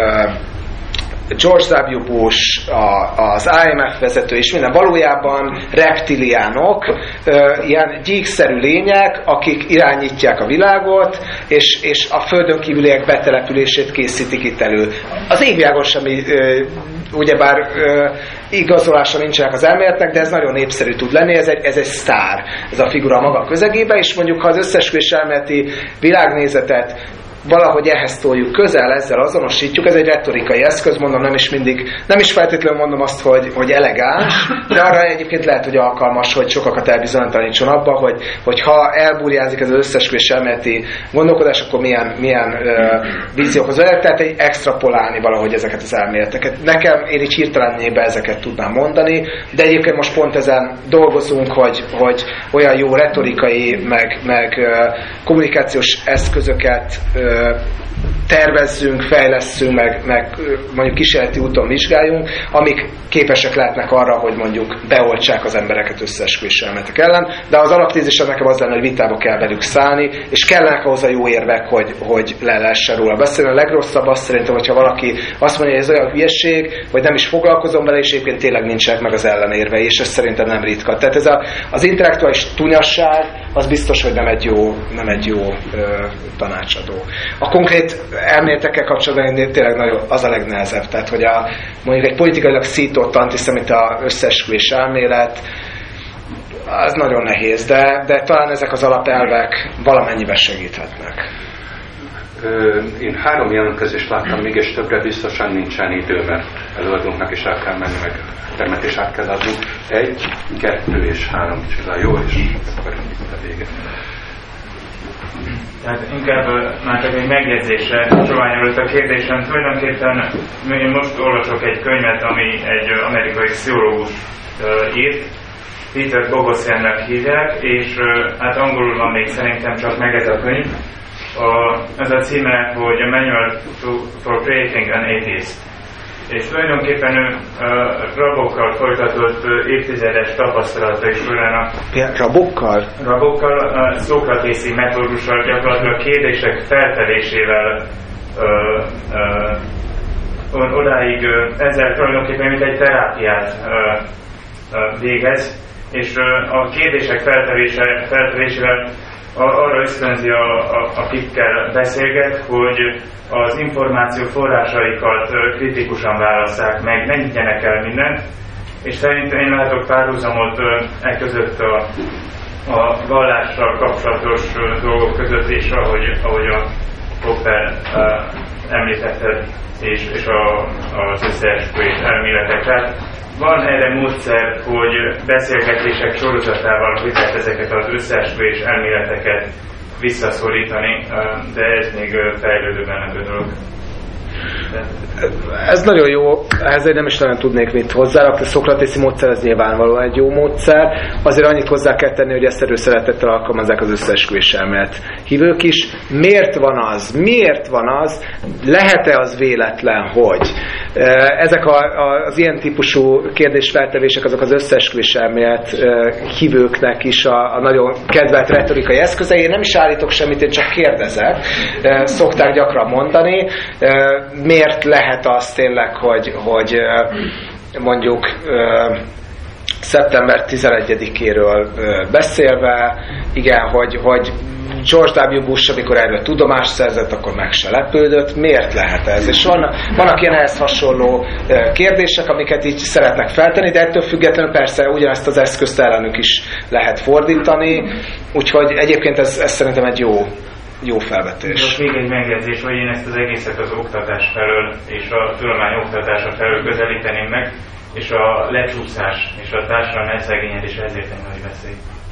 George W. Bush, az IMF vezető és minden valójában reptiliánok, ilyen gyíkszerű lények, akik irányítják a világot, és a földön kívüliek betelepülését készítik itt elő. Az égvilágon semmi, ugyebár igazolása nincsenek az elméletnek, de ez nagyon népszerű tud lenni, ez egy sztár, ez a figura maga közegében, és mondjuk ha az összeesküvés elméleti világnézetet valahogy ehhez toljuk közel, ezzel azonosítjuk, ez egy retorikai eszköz, mondom, nem is feltétlenül mondom azt, hogy elegáns, de arra egyébként lehet, hogy alkalmas, hogy sokakat elbizonytalanítson abba, hogy ha elbúrjázik ez az összeesküvés elméleti gondolkodás, akkor milyen víziókhoz vezet, tehát egy extrapolálni valahogy ezeket az elméleteket. Nekem, én így hirtelenjében ezeket tudnám mondani, de egyébként most pont ezen dolgozunk, hogy olyan jó retorikai, meg kommunikációs eszközöket tervezzünk, fejlesszünk, meg mondjuk kísérleti úton vizsgáljunk, amik képesek lehetnek arra, hogy mondjuk beoltsák az embereket összeesküvés elméletek ellen, de az alaptézisem nekem az lenne, hogy vitába kell velük szállni, és kellenek ahhoz a jó érvek, hogy le lehessen róla beszélni. A legrosszabb azt szerintem, hogyha valaki azt mondja, hogy ez olyan hülyeség, hogy nem is foglalkozom vele, és egyébként tényleg nincsenek meg az ellenérvei, és ez szerintem nem ritka. Tehát ez az intellektuális tunyasság, az biztos, hogy nem egy jó tanácsadó. A konkrét elméletekkel kapcsolatban tényleg nagyon az a legnehezebb, tehát hogy mondjuk egy politikailag szított antiszemita összeesküvés elmélet, az nagyon nehéz, de talán ezek az alapelvek valamennyiben segíthetnek. Én 3 jelentkezést láttam még, és többre biztosan nincsen idő, mert előadónknak is el kell menni, meg termet is át kell adni. 1, 2 és 3 csinál, jó, és akkor itt a vége. Tehát inkább már csak egy megjegyzésre csományolott a kérdésem. Tulajdonképpen én most olvasok egy könyvet, ami egy amerikai pszichológus írt, Peter Boghossiannek hívják, és hát angolul van még szerintem csak meg ez a könyv. Ez a címe, hogy A Manual for Creating an Atheist. És tulajdonképpen ő rabokkal folytatott évtizedes tapasztalatai során rabokkal, szokratészi metódussal, gyakorlatilag kérdések feltevésével odáig ezzel tulajdonképpen mint egy terápiát végez, és a kérdések feltevésével arra ösztönzi, akikkel beszélget, hogy az információ forrásaikat kritikusan válasszák meg, ne higgyenek el mindent, és szerintem én látok párhuzamot között a vallással kapcsolatos dolgok között, és ahogy a Popper említetted, és az összeesküvés elméletek. Tehát van erre módszer, hogy beszélgetések sorozatával hogy lehet ezeket az összeesküvés elméleteket visszaszorítani, de ez még fejlődőben a dolog. Ez nagyon jó, ehhez én nem is nagyon tudnék mit hozzárakni. A szokratészi módszer ez nyilvánvalóan egy jó módszer. Azért annyit hozzá kell tenni, hogy ezt erőszeretettel alkalmazzák az összeesküvés elmélet hívők is. Miért van az? Lehet-e az véletlen, hogy ezek az ilyen típusú kérdésfeltevések azok az összeesküvés elmélet hívőknek is a nagyon kedvelt retorikai eszközei? Én nem is állítok semmit, én csak kérdezek. Szokták gyakran mondani. Miért lehet az tényleg, hogy mondjuk szeptember 11-éről beszélve, igen, hogy George W. Bush, amikor erről tudomást szerzett, akkor meg se lepődött. Miért lehet ez? És vannak ilyen ehhez hasonló kérdések, amiket így szeretnek feltenni, de ettől függetlenül persze ugyanezt az eszközt ellenük is lehet fordítani. Úgyhogy egyébként ez szerintem egy jó felvetés. Most még egy megjegyzés, hogy én ezt az egészet az oktatás felől és a tudomány oktatása felől közelíteném meg, és a lecsúszás és a társadalmi elszegényedés ezért nem nagy veszély.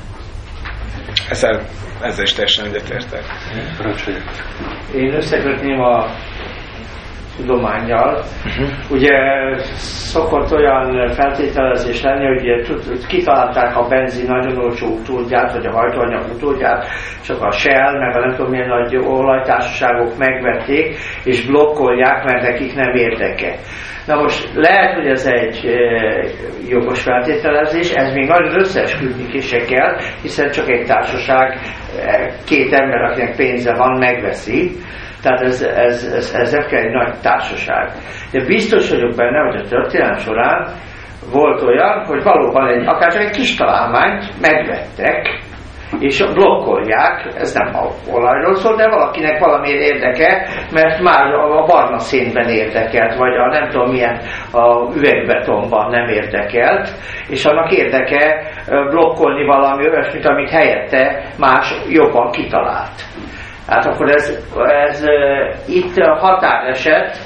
Ezzel is teljesen egyetértek. Én összekötném a tudománnyal. Ugye szokott olyan feltételezés lenni, hogy kitalálták a benzin nagyon olcsó utódját, vagy a hajtóanyag utódját, csak a Shell, meg a nem tudom milyen nagy olajtársaságok megvették, és blokkolják, mert nekik nem érdeke. Na most lehet, hogy ez egy jogos feltételezés, ez még nagyon összeesküdni is se kell, hiszen csak egy társaság, 2 ember, akinek pénze van, megveszi. Tehát ez nem kell egy nagy társaság. De biztos vagyok benne, hogy a történelem során volt olyan, hogy valóban akár csak egy kis találmányt megvettek, és blokkolják, ez nem a olajról szól, de valakinek valamiért érdeke, mert már a barna szénben érdekelt, vagy a nem tudom milyen a üvegbetonban nem érdekelt, és annak érdeke blokkolni valami olyasmit, amit helyette más jobban kitalált. Hát akkor ez itt határeset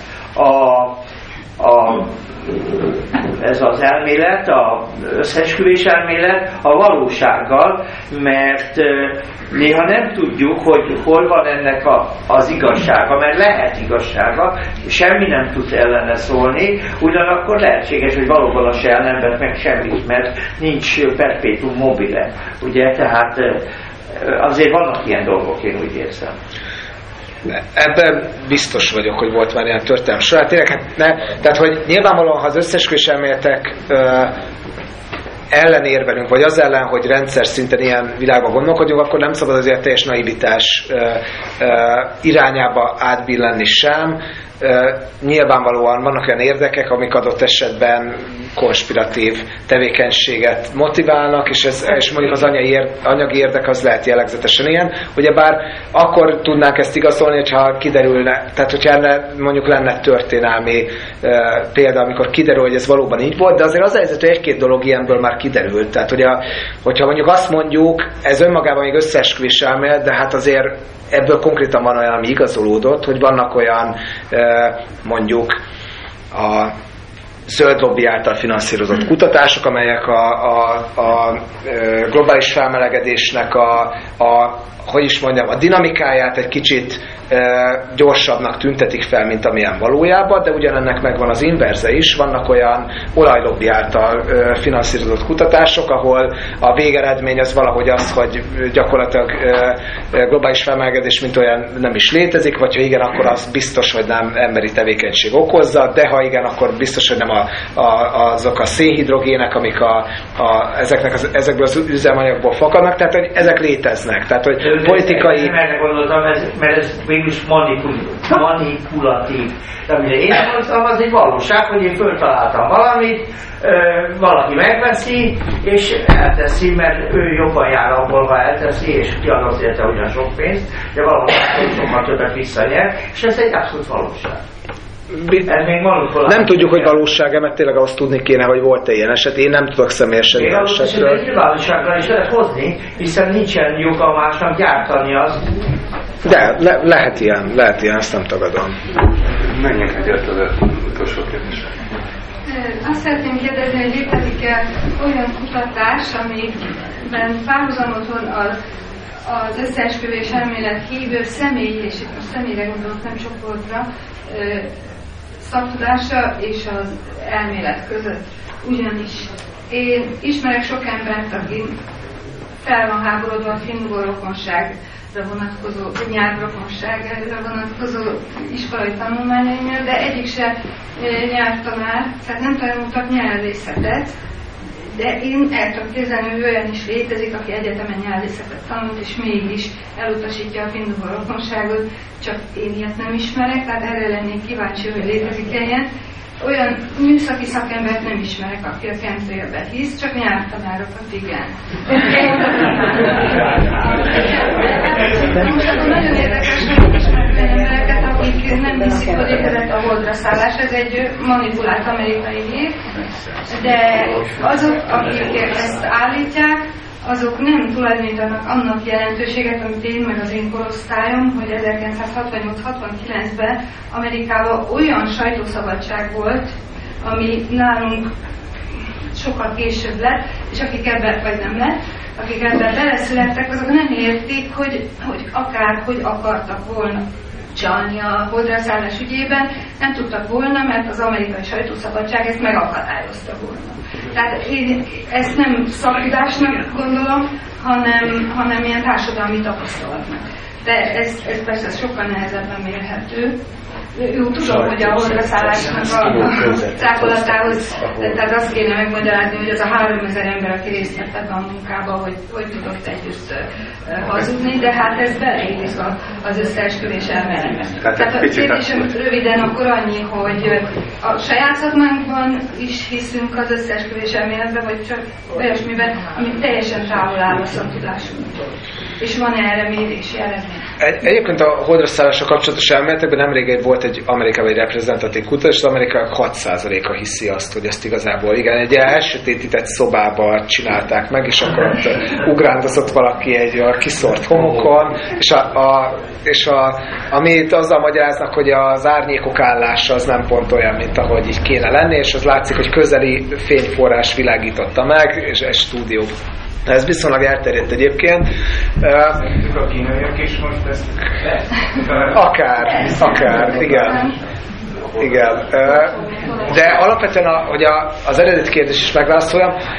ez az elmélet, az összeesküvés elmélet a valósággal, mert néha nem tudjuk, hogy hol van ennek az igazsága, mert lehet igazsága, semmi nem tud ellene szólni, ugyanakkor lehetséges, hogy valóban a Shell nem vett meg semmit, mert nincs perpetuum mobile, ugye, tehát azért vannak ilyen dolgok, én úgy érzem. Ebben biztos vagyok, hogy volt már ilyen történelem során. Tényleg, tehát, hogy nyilvánvalóan, ha az összeesküvés elméletek ellen érvelünk, vagy az ellen, hogy rendszer szinten ilyen világban gondolkodjunk, akkor nem szabad azért teljes naivitás irányába átbillenni sem. nyilvánvalóan vannak olyan érdekek, amik adott esetben konspiratív tevékenységet motiválnak, és mondjuk az anyagi érdek az lehet jellegzetesen ilyen. Ugyebár akkor tudnánk ezt igazolni, hogyha kiderülne, tehát hogyha mondjuk lenne történelmi példa, amikor kiderül, hogy ez valóban így volt, de azért az a helyzet, hogy egy-két dolog ilyenből már kiderült. Tehát, hogyha mondjuk azt mondjuk, ez önmagában még összeesküvés elmélet, de hát azért ebből konkrétan van olyan, ami igazolódott, hogy vannak olyan mondjuk a zöld lobby által finanszírozott kutatások, amelyek a globális felmelegedésnek hogy is mondjam, a dinamikáját egy kicsit gyorsabbnak tüntetik fel, mint amilyen valójában, de ugyanennek megvan az inverze is. Vannak olyan olajlobby által finanszírozott kutatások, ahol a végeredmény az valahogy az, hogy gyakorlatilag globális felmelegedés mint olyan nem is létezik, vagy ha igen, akkor az biztos, hogy nem emberi tevékenység okozza, de ha igen, akkor biztos, hogy nem azok a szénhidrogének, amik ezekből az üzemanyagból fakadnak, tehát hogy ezek léteznek. Tehát, hogy politikai... Nem erre gondoltam, mert ez végülis manipulatív. De amire én mondtam, az egy valóság, hogy én föltaláltam valamit, valaki megveszi, és elteszi, mert ő jobban jár abból, ha elteszi, és kiadott érte ugyan sok pénzt, de valahol sokkal többet visszanyer, és ez egy abszolút valóság. Nem tudjuk, hogy valóság-e, mert tényleg azt tudni kéne, hogy volt-e ilyen eset. Én nem tudok személyesen ilyen esetről. Egy nyilvánosságra is lehet hozni, hiszen nincsen joga másnak gyártani azt. De lehet ilyen, ezt nem tagadom. Menjünk egyet az utolsó kérdésre. Azt szeretném kérdezni, hogy létezik-e olyan kutatás, amiben párhuzamot van az összeesküvés elmélet hívő személy, és itt most személyre gondolok, nem csoportra, szaktudása és az elmélet között. Ugyanis én ismerek sok embert, aki fel van háborodva a finnugor rokonságra vonatkozó, nyelvrokonságra vonatkozó iskolai tanulmányaimért, de egyik se nyelvtanár, tehát nem tanultak nyelvészetet, de én el tudom képzelni, hogy olyan is létezik, aki egyetemen nyelvészetet tanult, és mégis elutasítja a finnugor rokonságot, csak én ilyet nem ismerek, tehát erre lennék kíváncsi, hogy létezik ilyen. Olyan műszaki szakembert nem ismerek, aki a chemtrailbe hisz, csak nyelvtanárokat igen. Most akkor nagyon érdekes, hogy ismerek embereket, akik nem hiszik, hogy létezett a holdra szállás, ez egy manipulált amerikai hír, de azok, akik ezt állítják, azok nem tulajdonítanak annak jelentőséget, amit én meg az én korosztályom, hogy 1968-69-ben Amerikában olyan sajtószabadság volt, ami nálunk sokkal később lett, és akik ebben, vagy nem lett, akik ebben beleszülettek, azok nem értik, hogy akár hogy akartak volna csalni a holdra szállás ügyében, nem tudtak volna, mert az amerikai sajtószabadság ezt megakadályozta volna. Tehát én ezt nem szaktudásnak gondolom, hanem ilyen társadalmi tapasztalatnak. De ez persze sokkal nehezebben mérhető. Jó, tudom, hogy a holdra szállásnak a cáfolatához, tehát azt kéne megmagyarázni, hogy az a 3000 ember, aki részt vett ebben a munkában, hogy tudott együtt hazudni, de hát ez beleillik az összeesküvés elméletbe. Tehát a kérdésem röviden akkor annyi, hogy a saját szakmánkban is hiszünk az összeesküvés elméletben, vagy csak olyasmiben, ami teljesen távol áll a szaktudásunktól. És van erre mérési eredmény? Egyébként a holdra szállással kapcsolatos elméletekben nemrég volt egy Amerikában egy reprezentatív kutatás, és az amerikaiak 6%-a hiszi azt, hogy ezt igazából igen, egy elsötétített szobába csinálták meg, és akkor ott ugrándozott valaki egy kiszort homokon, és amit azzal magyaráznak, hogy az árnyékok állása az nem pont olyan, mint ahogy így kéne lenni, és az látszik, hogy közeli fényforrás világította meg, és egy stúdió. Ez viszonylag elterjedt egyébként. A kínaiak is most ezt... Akár, igen. Igen. De alapvetően, hogy az eredeti kérdés is megválaszoljam,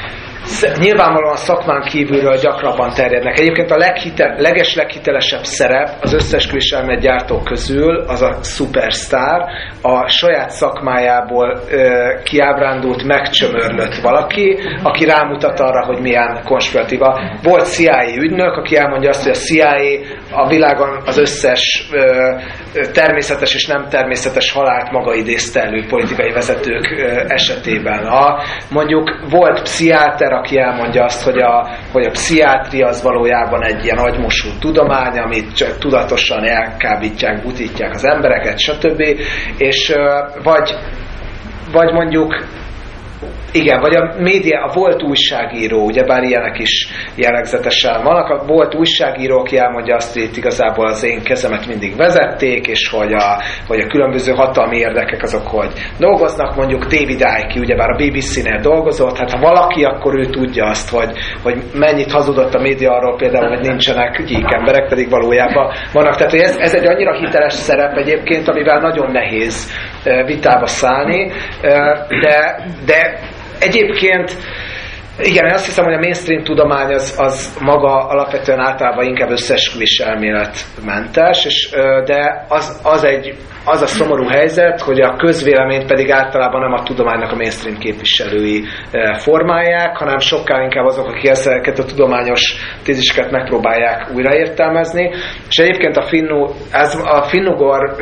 nyilvánvalóan a szakmán kívülről gyakrabban terjednek. Egyébként a leghitelesebb szerep az összeesküvés elmélet gyártók közül az a szupersztár, a saját szakmájából kiábrándult, megcsömörlött valaki, aki rámutat arra, hogy milyen konspiratíva. Volt CIA ügynök, aki elmondja azt, hogy a CIA a világon az összes természetes és nem természetes halált maga idézte elő politikai vezetők esetében. Mondjuk volt pszichiáter, aki elmondja azt, hogy a pszichiátria az valójában egy ilyen agymosú tudomány, amit csak tudatosan elkábítják, butítják az embereket, stb. És vagy mondjuk igen, vagy a média, a volt újságíró, ugyebár ilyenek is jellegzetesen vannak, a volt újságíró, aki elmondja azt, hogy itt igazából az én kezemet mindig vezették, és hogy a különböző hatalmi érdekek azok, hogy dolgoznak, mondjuk David Icke, ugyebár a BBC-nél dolgozott, hát ha valaki, akkor ő tudja azt, hogy mennyit hazudott a média arról például, hogy nincsenek gyík emberek, pedig valójában vannak. Tehát hogy ez egy annyira hiteles szerep egyébként, amivel nagyon nehéz vitába szállni, de egyébként igen, én azt hiszem, hogy a mainstream tudomány az maga alapvetően általában inkább összeesküvés elméletmentes, de az a szomorú helyzet, hogy a közvéleményt pedig általában nem a tudománynak a mainstream képviselői formálják, hanem sokkal inkább azok, akik ezeket a tudományos téziseket megpróbálják újraértelmezni. És egyébként a finnugor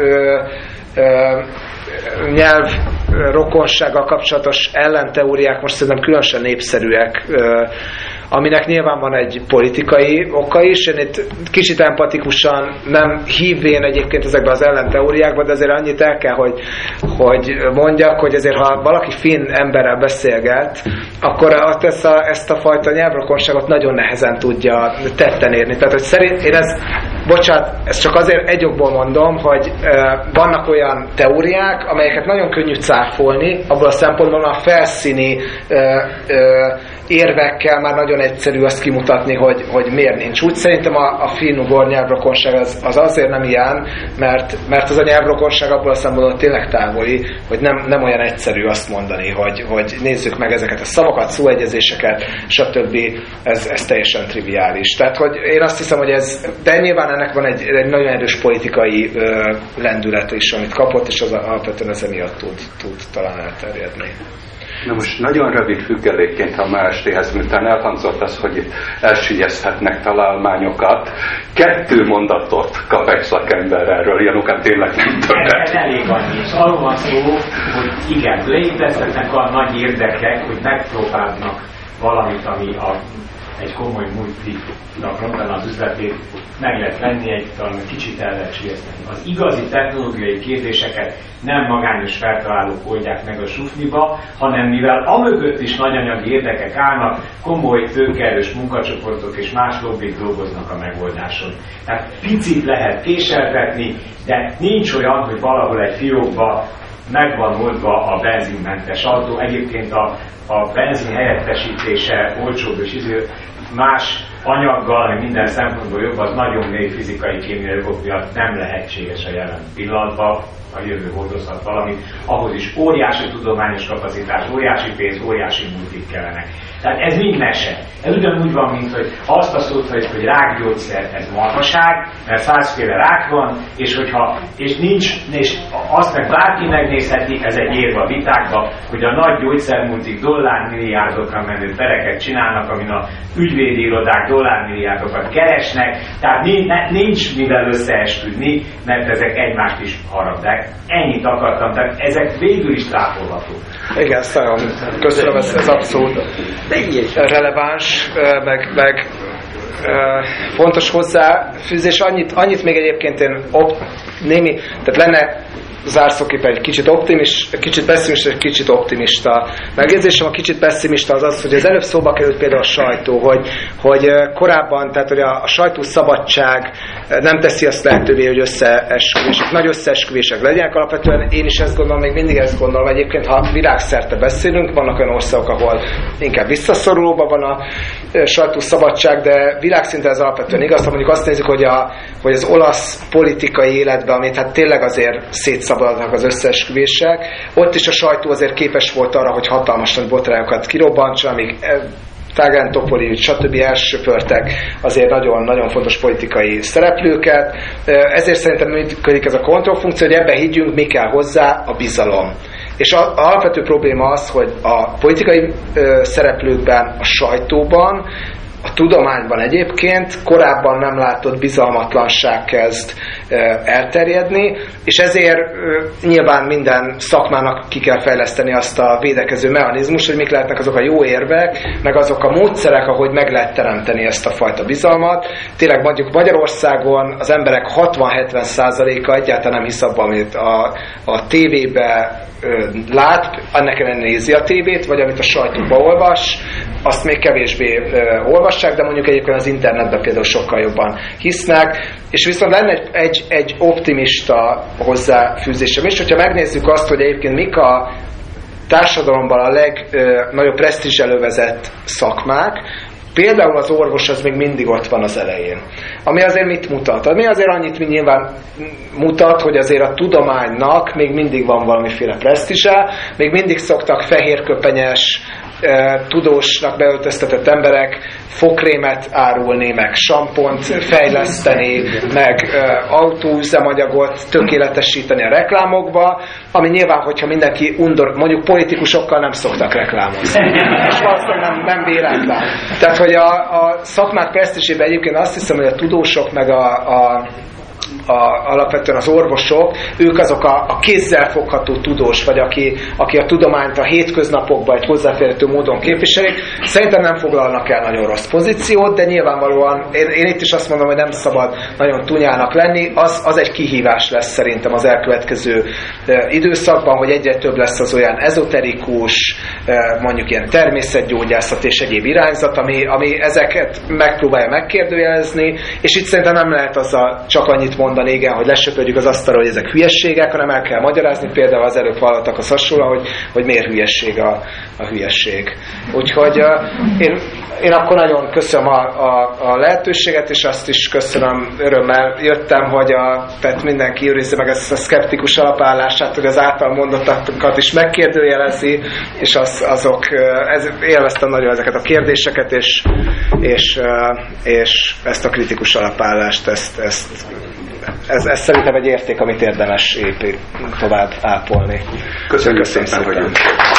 nyelv rokonsággal kapcsolatos ellenteóriák most szerintem különösen népszerűek, aminek nyilván van egy politikai oka is. Én itt kicsit empatikusan nem hívvén egyébként ezekbe az ellenteóriákba, de azért annyit el kell, hogy mondjak, hogy azért ha valaki finn emberrel beszélget, akkor ezt a fajta nyelvrokonságot nagyon nehezen tudja tetten érni. Tehát, hogy szerint én ezt csak azért egy okból mondom, hogy vannak olyan teóriák, amelyeket nagyon könnyű cáfolni, abból a szempontból a felszíni érvekkel már nagyon egyszerű azt kimutatni, hogy miért nincs. Úgy szerintem a finn-ugor nyelvrokonság az azért nem ilyen, mert az a nyelvrokonság abból a szempontból tényleg távoli, hogy nem olyan egyszerű azt mondani, hogy nézzük meg ezeket a szavakat, szóegyezéseket, stb. Ez teljesen triviális. Tehát, hogy én azt hiszem, hogy de nyilván ennek van egy nagyon erős politikai lendület is, amit kapott, és az alapvetően ez emiatt tud talán elterjedni. Na most nagyon rövid függelékként a ma estéhez, miután elhangzott az, hogy itt elsigyezhetnek találmányokat. 2 mondatot kap egy szakember erről, Janukán tényleg nem többet. Ez elég annyi. Arról van szó, hogy igen, létezhetnek a nagy érdekek, hogy megpróbálnak valamit, ami egy komoly multinak rontana az üzletét, meg lehet venni, talán kicsit el lehet sietni. Az igazi technológiai kérdéseket nem magányos feltalálók oldják meg a sufniba, hanem mivel amögött is nagy anyagi érdekek állnak, komoly tőkeerős munkacsoportok és más lobbik dolgoznak a megoldáson. Tehát picit lehet késeltetni, de nincs olyan, hogy valahol egy fiókba meg van oldva a benzinmentes autó. Egyébként a benzin helyettesítése olcsóbb és más anyaggal, meg minden szempontból jobb, az nagyon mély fizikai kémiai jogok miatt nem lehetséges a jelen pillanatban. A jövő hordozhat valamit, ahhoz is óriási tudományos kapacitás, óriási pénz, óriási multik kellenek. Tehát ez mind mese. Ez ugyanúgy van, mint hogy azt a szót, hogy rákgyógyszer, ez marhaság, mert 100 féle rák van, és nincs, és azt meg bárki megnézheti, ez egy érve a vitákba, hogy a nagy gyógyszermultik dollármilliárdokra menő pereket csinálnak, amin a ügyvédi irodák dollármilliárdokat keresnek, tehát nincs mivel összeesküdni, mert ezek egymást is harapják. Ennyit akartam, tehát ezek végül is tráfolhatók. Igen, ezt nagyon köszönöm, ez abszolút releváns, meg fontos hozzáfűzés. Annyit még egyébként én tehát lenne zárszóképpen egy kicsit pessimista, egy kicsit optimista megjegyzésem. A kicsit pessimista az, hogy az előbb szóba került például a sajtó, hogy korábban, tehát hogy a sajtószabadság nem teszi azt lehetővé, hogy nagy összeesküvések legyenek. Alapvetően én is ezt gondolom, még mindig ezt gondolom. Egyébként, ha világszerte beszélünk, vannak olyan országok, ahol inkább visszaszorulóban van a sajtószabadság, de világszinten ez alapvetően igaz. Ha mondjuk azt nézzük, hogy az olasz politikai életben, amit hát tényleg azért szétszabadulnak az összeesküvések, ott is a sajtó azért képes volt arra, hogy hatalmas nagy botrányokat kirobbantson, amíg Tágán Topoli, stb. Elsöpörtek azért nagyon-nagyon fontos politikai szereplőket. Ezért szerintem működik ez a kontrollfunkció, hogy ebben higgyünk, mi kell hozzá, a bizalom. És az alapvető probléma az, hogy a politikai szereplőkben, a sajtóban, a tudományban egyébként korábban nem látott bizalmatlanság kezd elterjedni, és ezért nyilván minden szakmának ki kell fejleszteni azt a védekező mechanizmus, hogy mik lehetnek azok a jó érvek, meg azok a módszerek, ahogy meg lehet teremteni ezt a fajta bizalmat. Tényleg mondjuk Magyarországon az emberek 60-70%-a egyáltalán nem hisz abban, amit a tévébe lát, ennek ellenére nézi a tévét, vagy amit a sajtóban olvas, azt még kevésbé olvassák, de mondjuk egyébként az internetben például sokkal jobban hisznek, és viszont lenne egy optimista hozzáfűzésem is, hogyha megnézzük azt, hogy egyébként mik a társadalomban a legnagyobb presztízselővezett szakmák, például az orvos az még mindig ott van az elején. Ami azért mit mutat? Ami azért annyit nyilván mutat, hogy azért a tudománynak még mindig van valamiféle presztízse, még mindig szoktak fehérköpenyes, tudósnak beöltöztetett emberek fogkrémet árulni, meg sampont fejleszteni, meg autóüzemanyagot tökéletesíteni a reklámokba, ami nyilván, hogyha mindenki undor, mondjuk politikusokkal nem szoktak reklámozni. És valószínűleg nem véletlen. Tehát, hogy a szakmák presztízsében egyébként azt hiszem, hogy a tudósok meg alapvetően az orvosok, ők azok a kézzel fogható tudós, vagy aki a tudományt a hétköznapokban egy hozzáférhető módon képviselik. Szerintem nem foglalnak el nagyon rossz pozíciót, de nyilvánvalóan én itt is azt mondom, hogy nem szabad nagyon tunyának lenni. Az egy kihívás lesz szerintem az elkövetkező időszakban, hogy egyre több lesz az olyan ezoterikus, mondjuk ilyen természetgyógyászat és egyéb irányzat, ami ezeket megpróbálja megkérdőjelezni, és itt szerintem nem lehet azzal csak annyit mondani, igen, hogy lesöpörjük az asztalra, hogy ezek hülyességek, hanem el kell magyarázni, például az előbb hallottak az hasonlóan, hogy miért hülyesség a hülyesség. Úgyhogy én akkor nagyon köszönöm a lehetőséget, és azt is köszönöm, örömmel jöttem, hogy tehát mindenki őrizze meg ezt a szkeptikus alapállását, hogy az által mondottakat is megkérdőjelezi, és élveztem nagyon ezeket a kérdéseket, és ezt a kritikus alapállást, ez szerintem egy érték, amit érdemes tovább ápolni. Köszönjük szépen, hogy